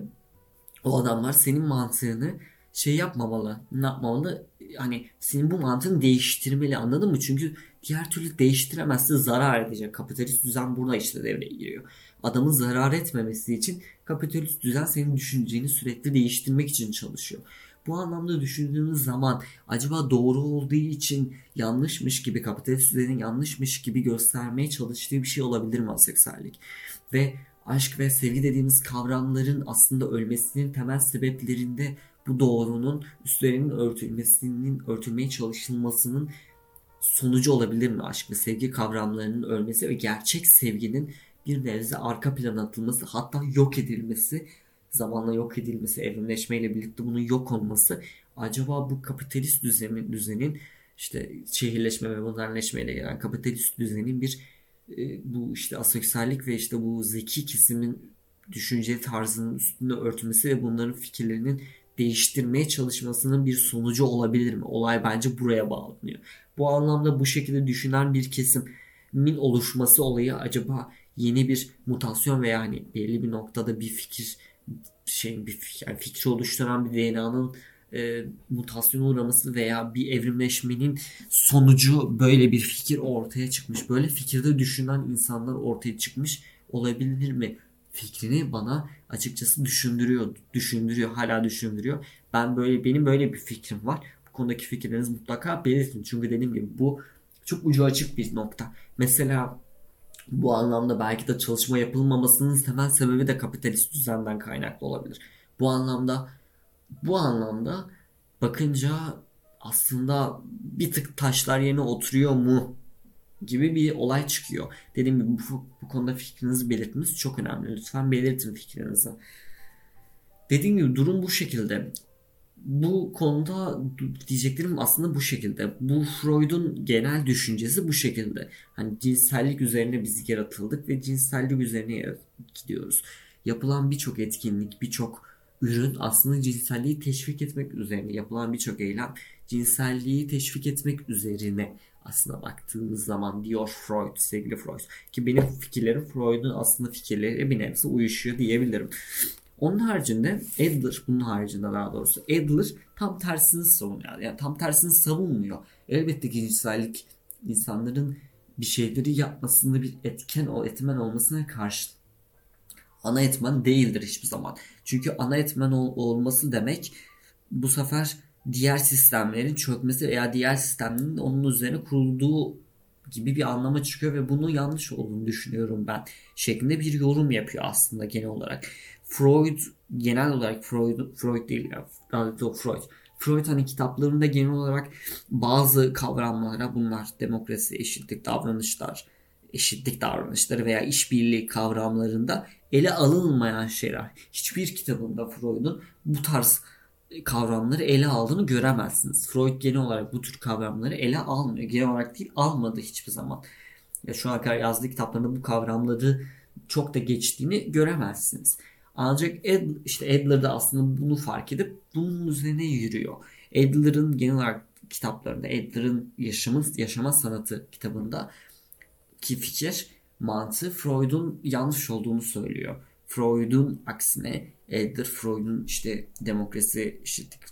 o adamlar senin mantığını şey yapmamalı. Ne yapmamalı? Hani senin bu mantığını değiştirmeli, anladın mı? Çünkü diğer türlü değiştiremezse zarar edecek. Kapitalist düzen burada işte devreye giriyor. Adamın zarar etmemesi için kapitalist düzen senin düşünceni sürekli değiştirmek için çalışıyor. Bu anlamda düşündüğünüz zaman acaba doğru olduğu için yanlışmış gibi, kapitalist düzenin yanlışmış gibi göstermeye çalıştığı bir şey olabilir mi aseksüellik? Ve aşk ve sevgi dediğimiz kavramların aslında ölmesinin temel sebeplerinde bu doğrunun üstlerinin örtülmesinin, örtülmeye çalışılmasının sonucu olabilir mi? Aşk ve sevgi kavramlarının ölmesi ve gerçek sevginin bir nebze arka plana atılması, hatta yok edilmesi, zamanla yok edilmesi, evrimleşmeyle birlikte bunun yok olması acaba bu kapitalist düzenin, düzenin işte şehirleşme ve modernleşmeyle gelen kapitalist düzenin bir e, bu işte aseksüellik ve işte bu zeki kesimin düşünce tarzının üstünde örtülmesi ve bunların fikirlerinin değiştirmeye çalışmasının bir sonucu olabilir mi? Olay bence buraya bağlanıyor. Bu anlamda bu şekilde düşünen bir kesimin oluşması olayı acaba yeni bir mutasyon veya hani belli bir noktada bir fikir şey bir fikir, yani fikri oluşturan bir D N A'nın e, mutasyona uğraması veya bir evrimleşmenin sonucu böyle bir fikir ortaya çıkmış. Böyle fikirde düşünen insanlar ortaya çıkmış olabilir mi? Fikrini bana açıkçası düşündürüyor, düşündürüyor, hala düşündürüyor. Ben böyle benim böyle bir fikrim var. Bu konudaki fikirlerinizi mutlaka belirtin. Çünkü dediğim gibi bu çok ucu açık bir nokta. Mesela bu anlamda belki de çalışma yapılmamasının temel sebebi de kapitalist düzenden kaynaklı olabilir. Bu anlamda bu anlamda bakınca aslında bir tık taşlar yerine oturuyor mu gibi bir olay çıkıyor. Dediğim gibi bu, bu konuda fikrinizi belirtmeniz çok önemli. Lütfen belirtin fikrinizi. Dediğim gibi durum bu şekilde. Bu konuda diyeceklerim aslında bu şekilde. Bu Freud'un genel düşüncesi bu şekilde. Hani cinsellik üzerine biz yaratıldık ve cinsellik üzerine gidiyoruz. Yapılan birçok etkinlik, birçok ürün aslında cinselliği teşvik etmek üzerine. Yapılan birçok eylem cinselliği teşvik etmek üzerine aslında baktığımız zaman diyor Freud, sevgili Freud. Ki benim fikirlerim Freud'un aslında fikirleri bir nebze uyuşuyor diyebilirim. Onun haricinde Adler, bunun haricinde daha doğrusu Adler tam tersini savunuyor. Yani tam tersini savunmuyor. Elbette ki cinsellik insanların bir şeyleri yapmasında bir etken, o etmen olmasına karşı ana etmen değildir hiçbir zaman. Çünkü ana etmen ol, olması demek bu sefer diğer sistemlerin çökmesi veya diğer sistemlerin onun üzerine kurulduğu gibi bir anlama çıkıyor ve bunun yanlış olduğunu düşünüyorum ben şeklinde bir yorum yapıyor aslında genel olarak. Freud genel olarak Freud Freud değil ya Freud. Freud hani kitaplarında genel olarak bazı kavramlara, bunlar demokrasi, eşitlik, davranışlar, eşitlik davranışları veya işbirliği kavramlarında ele alınmayan şeyler. Hiçbir kitabında Freud'un bu tarz kavramları ele aldığını göremezsiniz. Freud genel olarak bu tür kavramları ele almıyor. Genel olarak değil, almadı hiçbir zaman. Ya şu ana kadar yazdığı kitaplarında bu kavramları çok da geçtiğini göremezsiniz. Ancak Ad, işte Adler da aslında bunu fark edip bunun üzerine yürüyor. Adler'ın genel olarak kitaplarında, Adler'ın yaşamı, yaşama sanatı kitabında ki fikir, mantığı Freud'un yanlış olduğunu söylüyor. Freud'un aksine Adler, Freud'un işte demokrasi, eşitlik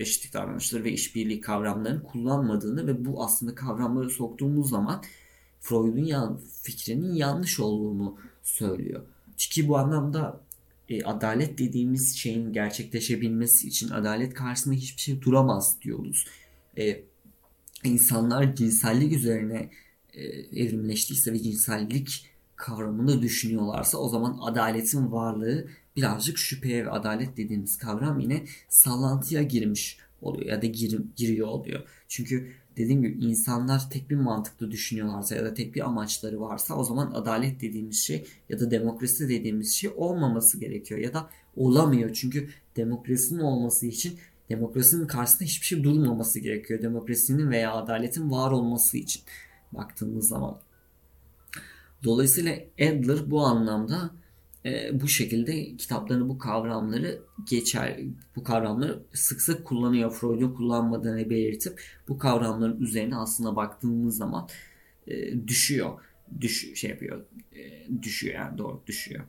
eşitlik davranışları ve işbirliği kavramlarını kullanmadığını ve bu aslında kavramları soktuğumuz zaman Freud'un yan, fikrinin yanlış olduğunu söylüyor. Çünkü bu anlamda e, adalet dediğimiz şeyin gerçekleşebilmesi için adalet karşısında hiçbir şey duramaz diyoruz. E, insanlar cinsellik üzerine e, evrimleştiyse ve cinsellik kavramını düşünüyorlarsa o zaman adaletin varlığı birazcık şüpheye ve adalet dediğimiz kavram yine sallantıya girmiş oluyor ya da gir, giriyor oluyor. Çünkü dediğim gibi insanlar tek bir mantıklı düşünüyorlarsa ya da tek bir amaçları varsa o zaman adalet dediğimiz şey ya da demokrasi dediğimiz şey olmaması gerekiyor ya da olamıyor. Çünkü demokrasinin olması için demokrasinin karşısında hiçbir şey durmaması gerekiyor. Demokrasinin veya adaletin var olması için baktığımız zaman. Dolayısıyla Adler bu anlamda e, bu şekilde kitaplarını bu kavramları geçer, bu kavramları sık sık kullanıyor. Freud'un kullanmadığını belirtip bu kavramların üzerine aslında baktığımız zaman e, düşüyor. Düş, şey yapıyor. E, düşüyor yani doğru düşüyor.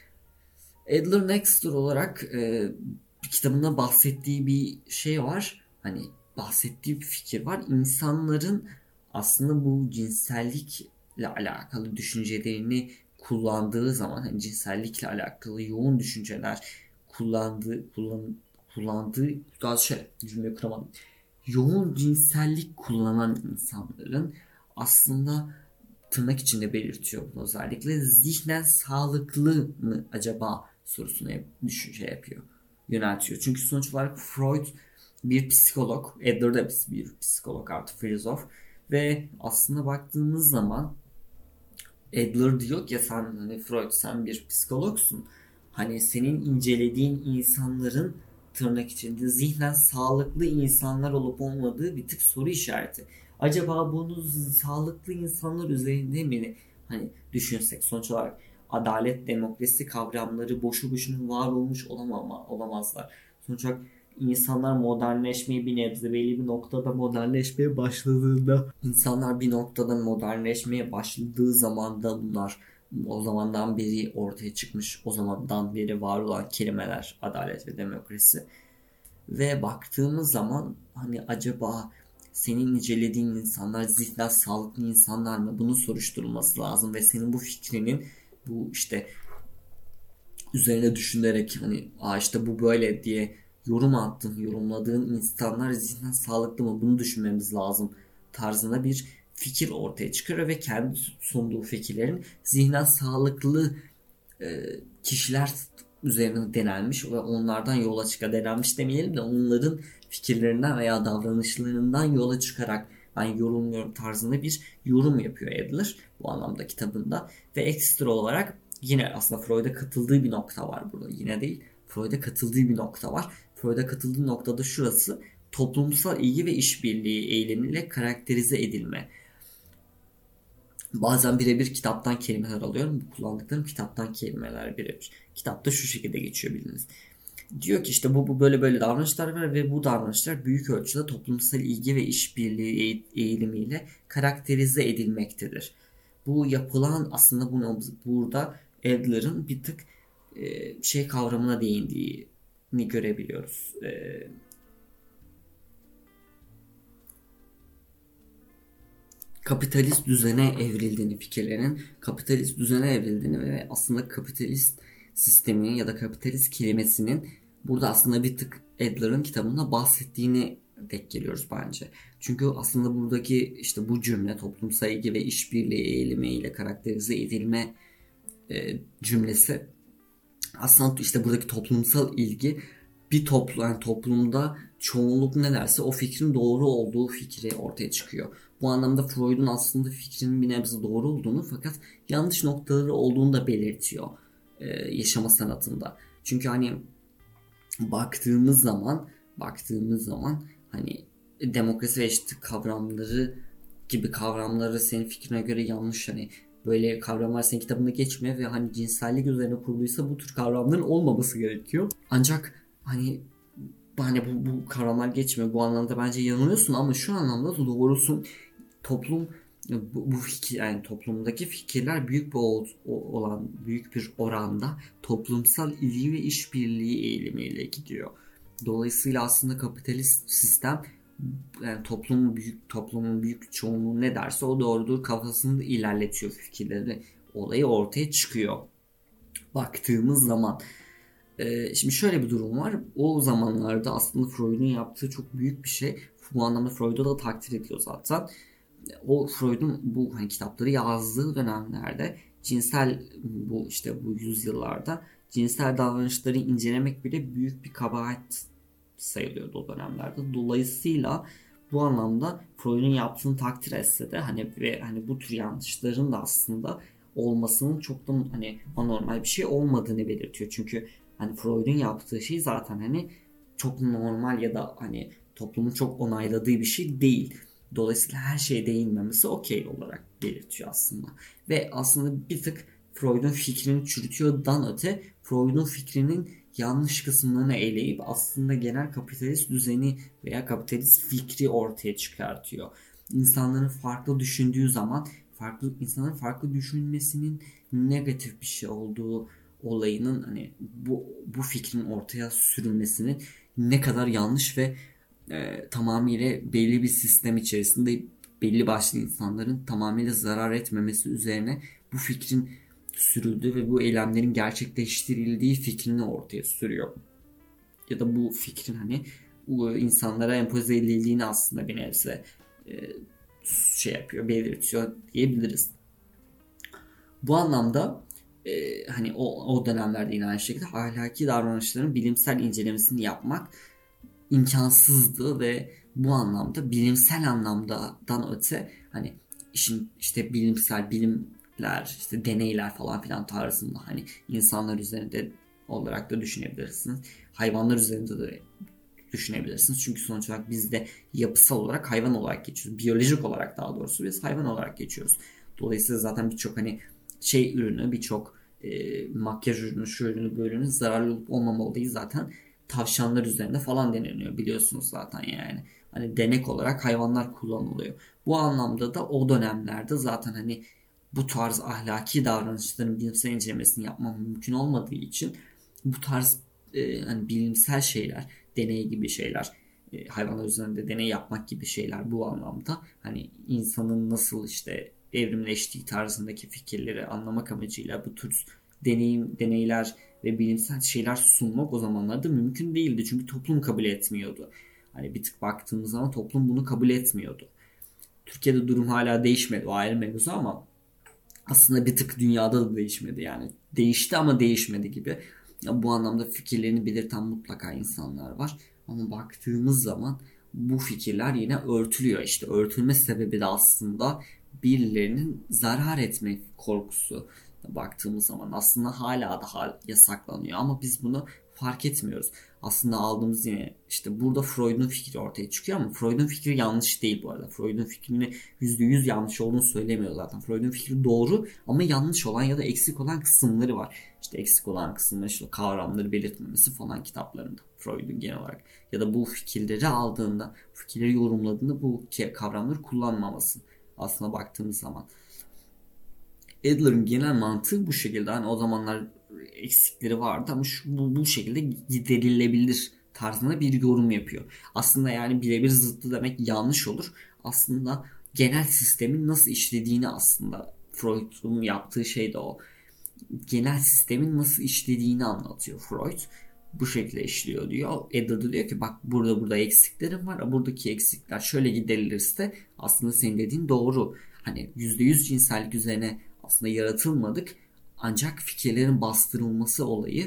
Adler Nexter olarak e, kitabında bahsettiği bir şey var. Hani bahsettiği bir fikir var. İnsanların aslında bu cinsellikle alakalı düşüncelerini kullandığı zaman hani cinsellikle alakalı yoğun düşünceler kullandığı kullan, kullandığı daha şey cümle kuramadım. Yoğun cinsellik kullanan insanların aslında tırnak içinde belirtiyor bunu özellikle zihnen sağlıklı mı acaba sorusuna düşünce yapıyor. Yöneltiyor. Çünkü sonuç olarak Freud bir psikolog, Adler da bir psikolog artı filozof ve aslında baktığımız zaman Adler diyor ki sen hani Freud sen bir psikologsun. Hani senin incelediğin insanların tırnak içinde zihnen sağlıklı insanlar olup olmadığı bir tık soru işareti. Acaba bunu sağlıklı insanlar üzerinde mi hani düşünsek sonuç olarak adalet, demokrasi kavramları boşu boşuna var olmuş olamama, olamazlar. Sonuç olarak insanlar modernleşmeyi bir nebze belli bir noktada modernleşmeye başladığında insanlar bir noktada modernleşmeye başladığı zaman da bunlar o zamandan beri ortaya çıkmış, o zamandan beri var olan kelimeler adalet ve demokrasi ve baktığımız zaman hani acaba senin incelediğin insanlar zihnen sağlıklı insanlar mı? Bunu soruşturulması lazım ve senin bu fikrinin bu işte üzerine düşünerek hani Aa işte bu böyle diye yorum attın, yorumladığın insanlar zihnen sağlıklı mı? Bunu düşünmemiz lazım tarzında bir fikir ortaya çıkarıyor ve kendi sunduğu fikirlerin zihnen sağlıklı e, kişiler üzerine denenmiş ve onlardan yola çıka denenmiş demeyelim de onların fikirlerinden veya davranışlarından yola çıkarak ben yorumluyorum tarzında bir yorum yapıyor Adler bu anlamda kitabında ve ekstra olarak yine aslında Freud'a katıldığı bir nokta var burada yine değil Freud'a katıldığı bir nokta var. Freud'a katıldığı noktada şurası toplumsal ilgi ve işbirliği eylemiyle karakterize edilme. Bazen birebir kitaptan kelimeler alıyorum. Bu kullandıklarım kitaptan kelimeler birebir. Kitapta şu şekilde geçiyor biliniz. Diyor ki işte bu, bu böyle böyle davranışlar var ve bu davranışlar büyük ölçüde toplumsal ilgi ve işbirliği eğilimiyle karakterize edilmektedir. Bu yapılan aslında bunu burada Adler'ın bir tık e, şey kavramına değindiğini görebiliyoruz. E, kapitalist düzene evrildiğini fikirlerinin kapitalist düzene evrildiğini ve aslında kapitalist sisteminin ya da kapitalist kelimesinin burada aslında bir tık Adler'ın kitabında bahsettiğini denk geliyoruz bence. Çünkü aslında buradaki işte bu cümle toplumsal ilgi ve işbirliği eğilimiyle karakterize edilme e, cümlesi aslında işte buradaki toplumsal ilgi bir toplum, yani toplumda çoğunluk ne derse o fikrin doğru olduğu fikri ortaya çıkıyor. Bu anlamda Freud'un aslında fikrinin bir nebze doğru olduğunu fakat yanlış noktaları olduğunu da belirtiyor e, yaşama sanatında. Çünkü hani baktığımız zaman baktığımız zaman hani demokrasi ve eşitlik kavramları gibi kavramları senin fikrine göre yanlış hani böyle kavramlar senin kitabında geçmiyor ve hani cinsellik üzerine kuruluysa bu tür kavramların olmaması gerekiyor. Ancak hani hani bu, bu kavramlar geçmiyor. Bu anlamda bence yanılıyorsun ama şu anlamda doğrusun. Toplum bu, bu fikir yani toplumdaki fikirler büyük bir olan büyük bir oranda toplumsal ilgi ve işbirliği eğilimiyle gidiyor. Dolayısıyla aslında kapitalist sistem, yani toplumun büyük toplumun büyük çoğunluğu ne derse o doğrudur kafasını ilerletiyor, fikirleri, olayı ortaya çıkıyor. Baktığımız zaman e, şimdi şöyle bir durum var. O zamanlarda aslında Freud'un yaptığı çok büyük bir şey. Bu anlamda Freud'u da takdir ediyor zaten. O Freud'un bu hani kitapları yazdığı dönemlerde cinsel, bu işte bu yüzyıllarda cinsel davranışları incelemek bile büyük bir kabahat sayılıyordu o dönemlerde. Dolayısıyla bu anlamda Freud'un yaptığını takdir etse de hani ve hani bu tür yanlışların da aslında olmasının çok da hani anormal bir şey olmadığını belirtiyor. Çünkü hani Freud'un yaptığı şey zaten hani çok normal ya da hani toplumun çok onayladığı bir şey değil. Dolayısıyla her şeye değinmemesi okey olarak belirtiyor aslında. Ve aslında bir tık Freud'un fikrini çürütüyordan öte Freud'un fikrinin yanlış kısımlarını eleyip aslında genel kapitalist düzeni veya kapitalist fikri ortaya çıkartıyor. İnsanların farklı düşündüğü zaman farklı insanların farklı düşünmesinin negatif bir şey olduğu olayının hani bu bu fikrin ortaya sürülmesinin ne kadar yanlış ve e, tamamıyla belli bir sistem içerisinde belli başlı insanların tamamıyla zarar etmemesi üzerine bu fikrin sürüldüğü ve bu eylemlerin gerçekleştirildiği fikrini ortaya sürüyor. Ya da bu fikrin hani bu insanlara empoze edildiğini aslında bir nebze e, şey yapıyor, belirtiyor diyebiliriz. Bu anlamda e, hani o, o dönemlerde yine aynı şekilde ahlaki davranışların bilimsel incelemesini yapmak imkansızdı ve bu anlamda bilimsel anlamdan öte hani işin işte bilimsel bilimler işte deneyler falan filan tarzında hani insanlar üzerinde olarak da düşünebilirsiniz. Hayvanlar üzerinde de düşünebilirsiniz. Çünkü sonuç olarak biz de yapısal olarak hayvan olarak geçiyoruz. Biyolojik olarak daha doğrusu biz hayvan olarak geçiyoruz. Dolayısıyla zaten birçok hani şey ürünü, birçok e, makyaj ürünü, şu ürünü, bu ürünü zararlı olup olmamalı değil zaten tavşanlar üzerinde falan deneniyor biliyorsunuz zaten yani. Hani denek olarak hayvanlar kullanılıyor. Bu anlamda da o dönemlerde zaten hani bu tarz ahlaki davranışların bilimsel incelemesini yapmam mümkün olmadığı için bu tarz e, hani bilimsel şeyler, deney gibi şeyler, e, hayvanlar üzerinde deney yapmak gibi şeyler bu anlamda hani insanın nasıl işte evrimleştiği tarzındaki fikirleri anlamak amacıyla bu tür deneyim, deneyler ve bilimsel şeyler sunmak o zamanlarda mümkün değildi. Çünkü toplum kabul etmiyordu. Hani bir tık baktığımız zaman toplum bunu kabul etmiyordu. Türkiye'de durum hala değişmedi. O ayrı mevzu ama aslında bir tık dünyada da değişmedi. Yani değişti ama değişmedi gibi. Ya bu anlamda fikirlerini belirten mutlaka insanlar var. Ama baktığımız zaman bu fikirler yine örtülüyor. İşte örtülme sebebi de aslında birilerinin zarar etme korkusu. Baktığımız zaman aslında hala daha yasaklanıyor ama biz bunu fark etmiyoruz. Aslında aldığımız yine işte burada Freud'un fikri ortaya çıkıyor ama Freud'un fikri yanlış değil bu arada. Freud'un fikrini yüzde yüz yanlış olduğunu söylemiyor zaten. Freud'un fikri doğru ama yanlış olan ya da eksik olan kısımları var. İşte eksik olan kısımları işte kavramları belirtmemesi falan kitaplarında Freud'un genel olarak. Ya da bu fikirleri aldığında, fikirleri yorumladığında bu kavramları kullanmaması aslında baktığımız zaman. Adler'ın genel mantığı bu şekilde. Hani o zamanlar eksikleri vardı ama şu, bu, bu şekilde giderilebilir tarzında bir yorum yapıyor. Aslında yani birebir zıttı demek yanlış olur. Aslında genel sistemin nasıl işlediğini aslında Freud'un yaptığı şey de o. Genel sistemin nasıl işlediğini anlatıyor Freud. Bu şekilde işliyor diyor. Adler da diyor ki bak burada burada eksiklerim var. Buradaki eksikler şöyle giderilirse aslında senin dediğin doğru. Hani yüzde yüz cinsellik üzerine aslında yaratılmadık. Ancak fikirlerin bastırılması olayı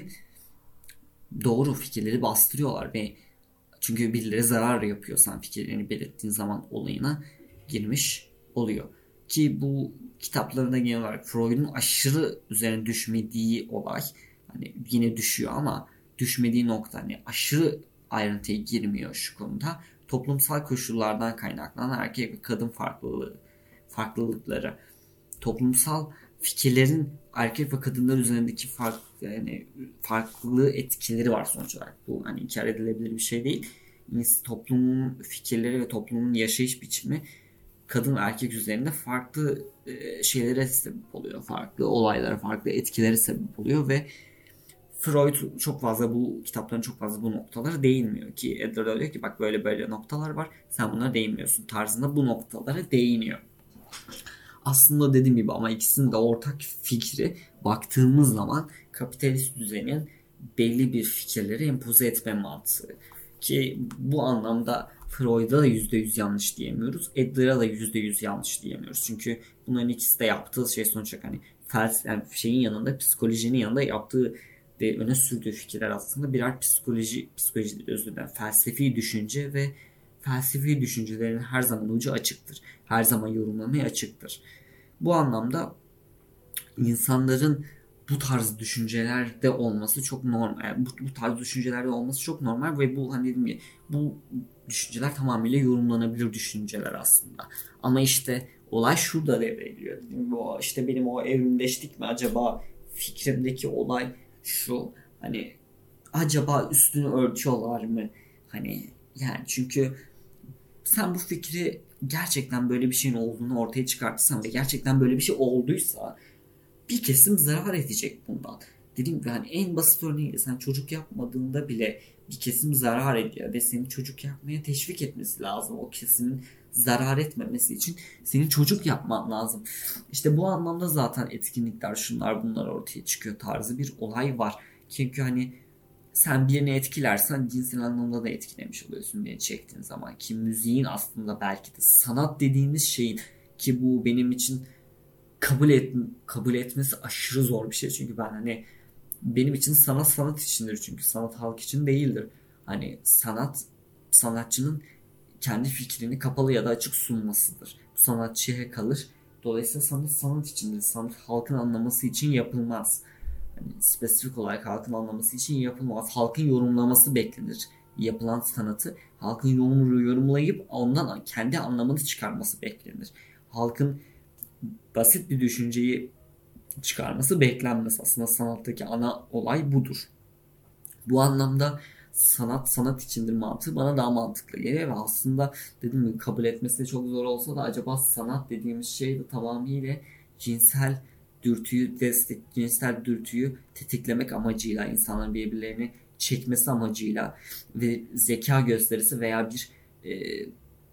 doğru, fikirleri bastırıyorlar ve çünkü birileri zarar yapıyor sen fikirlerini belirttiğin zaman olayına girmiş oluyor. Ki bu kitaplarında genel olarak Freud'un aşırı üzerine düşmediği olay hani yine düşüyor ama düşmediği nokta hani aşırı ayrıntıya girmiyor şu konuda. Toplumsal koşullardan kaynaklanan erkek ve kadın farklılığı, farklılıkları, toplumsal fikirlerin erkek ve kadınlar üzerindeki fark, yani farklı etkileri var sonuç olarak. Bu hani inkar edilebilir bir şey değil. Toplumun fikirleri ve toplumun yaşayış biçimi kadın erkek üzerinde farklı şeylere sebep oluyor. Farklı olaylara, farklı etkilere sebep oluyor ve Freud çok fazla bu kitapların çok fazla bu noktalara değinmiyor ki Adler da diyor ki bak böyle böyle noktalar var, sen bunlara değinmiyorsun tarzında bu noktalara değiniyor. Aslında dediğim gibi ama ikisinin de ortak fikri baktığımız zaman kapitalist düzenin belli bir fikirleri empoze etme mantığı. Ki bu anlamda Freud'a da yüzde yüz yanlış diyemiyoruz. Adler'a da yüzde yüz yanlış diyemiyoruz. Çünkü bunların ikisi de yaptığı şey sonuç olarak hani felsefe yani şeyin yanında, psikolojinin yanında yaptığı ve öne sürdüğü fikirler aslında birer psikoloji, psikoloji özür dilerim, felsefi düşünce ve felsefi düşüncelerin her zaman ucu açıktır. Her zaman yorumlamaya açıktır. Bu anlamda insanların bu tarz düşüncelerde olması çok normal. Yani bu, bu tarz düşüncelerde olması çok normal ve bu hani dedim ya, bu düşünceler tamamıyla yorumlanabilir düşünceler aslında. Ama işte olay şurada devreye giriyor. Dediğim gibi o işte benim o evrimleştik mi acaba fikrimdeki olay şu, hani acaba üstünü örtüyorlar mı? Hani yani çünkü sen bu fikri gerçekten böyle bir şeyin olduğunu ortaya çıkartırsan ve gerçekten böyle bir şey olduysa bir kesim zarar edecek bundan. Dediğim gibi hani en basit örneğiyle sen çocuk yapmadığında bile bir kesim zarar ediyor ve seni çocuk yapmaya teşvik etmesi lazım. O kesimin zarar etmemesi için senin çocuk yapman lazım. İşte bu anlamda zaten etkinlikler şunlar bunlar ortaya çıkıyor tarzı bir olay var. Çünkü hani sen birini etkilersen cinsel anlamda da etkilemiş oluyorsun birini çektiğin zaman. Ki müziğin aslında belki de sanat dediğimiz şeyin, ki bu benim için kabul et kabul etmesi aşırı zor bir şey. Çünkü ben hani benim için sanat sanat içindir. Çünkü sanat halk için değildir. Hani sanat sanatçının kendi fikrini kapalı ya da açık sunmasıdır. Bu sanatçıya kalır. Dolayısıyla sanat sanat içindir. Sanat halkın anlaması için yapılmaz. Yani spesifik olarak halkın anlaması için yapılmaz. Halkın yorumlaması beklenir. Yapılan sanatı halkın yorumlayıp ondan kendi anlamını çıkarması beklenir. Halkın basit bir düşünceyi çıkarması beklenmez. Aslında sanattaki ana olay budur. Bu anlamda sanat sanat içindir mantığı bana daha mantıklı geliyor ve aslında dediğim gibi kabul etmesi de çok zor olsa da acaba sanat dediğimiz şey de tamamıyla cinsel dürtüyü destek, cinsel dürtüyü tetiklemek amacıyla, insanların birbirlerini çekmesi amacıyla ve zeka gösterisi veya bir e,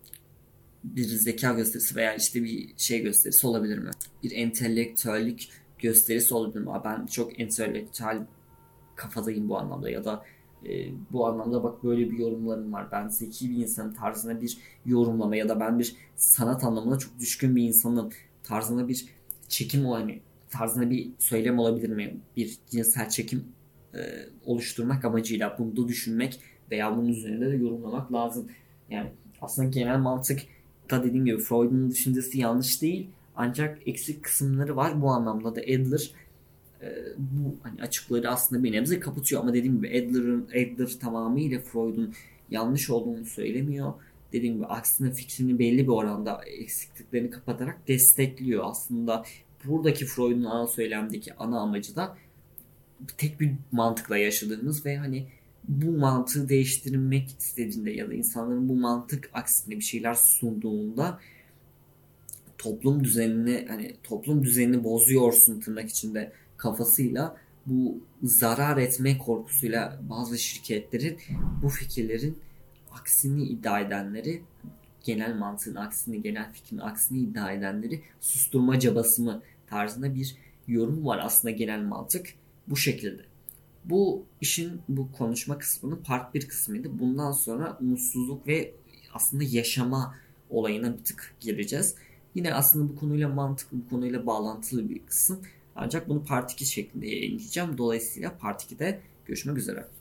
bir zeka gösterisi veya işte bir şey gösterisi olabilir mi? Bir entelektüellik gösterisi olabilir mi? Ben çok entelektüel kafadayım bu anlamda ya da e, bu anlamda bak böyle bir yorumlarım var. Ben zeki bir insanın tarzına bir yorumlama ya da ben bir sanat anlamına çok düşkün bir insanın tarzına bir çekim o hani tarzına bir söylem olabilir mi? Bir cinsel çekim e, oluşturmak amacıyla bunu da düşünmek veya bunun üzerinde de yorumlamak lazım. Yani aslında genel mantık da dediğim gibi Freud'un düşüncesi yanlış değil. Ancak eksik kısımları var. Bu anlamda da Adler e, bu hani açıkları aslında bir nebze kapatıyor. Ama dediğim gibi Adler'ın Adler tamamıyla Freud'un yanlış olduğunu söylemiyor. Dediğim gibi aksine fikrini belli bir oranda eksikliklerini kapatarak destekliyor. Aslında buradaki Freud'un ana söylemdeki ana amacı da tek bir mantıkla yaşadığımız ve hani bu mantığı değiştirmek istediğinde ya da insanların bu mantık aksine bir şeyler sunduğunda toplum düzenini hani toplum düzenini bozuyorsun tırnak içinde kafasıyla bu zarar etme korkusuyla bazı şirketlerin bu fikirlerin aksini iddia edenleri genel mantığın aksini genel fikrin aksini iddia edenleri susturma cabası mı tarzında bir yorum var aslında genel mantık bu şekilde. Bu işin bu konuşma kısmının part bir kısmıydı. Bundan sonra umutsuzluk ve aslında yaşama olayına bir tık gireceğiz. Yine aslında bu konuyla mantıklı, bu konuyla bağlantılı bir kısım. Ancak bunu part iki şeklinde yayınlayacağım. Dolayısıyla part ikide görüşmek üzere.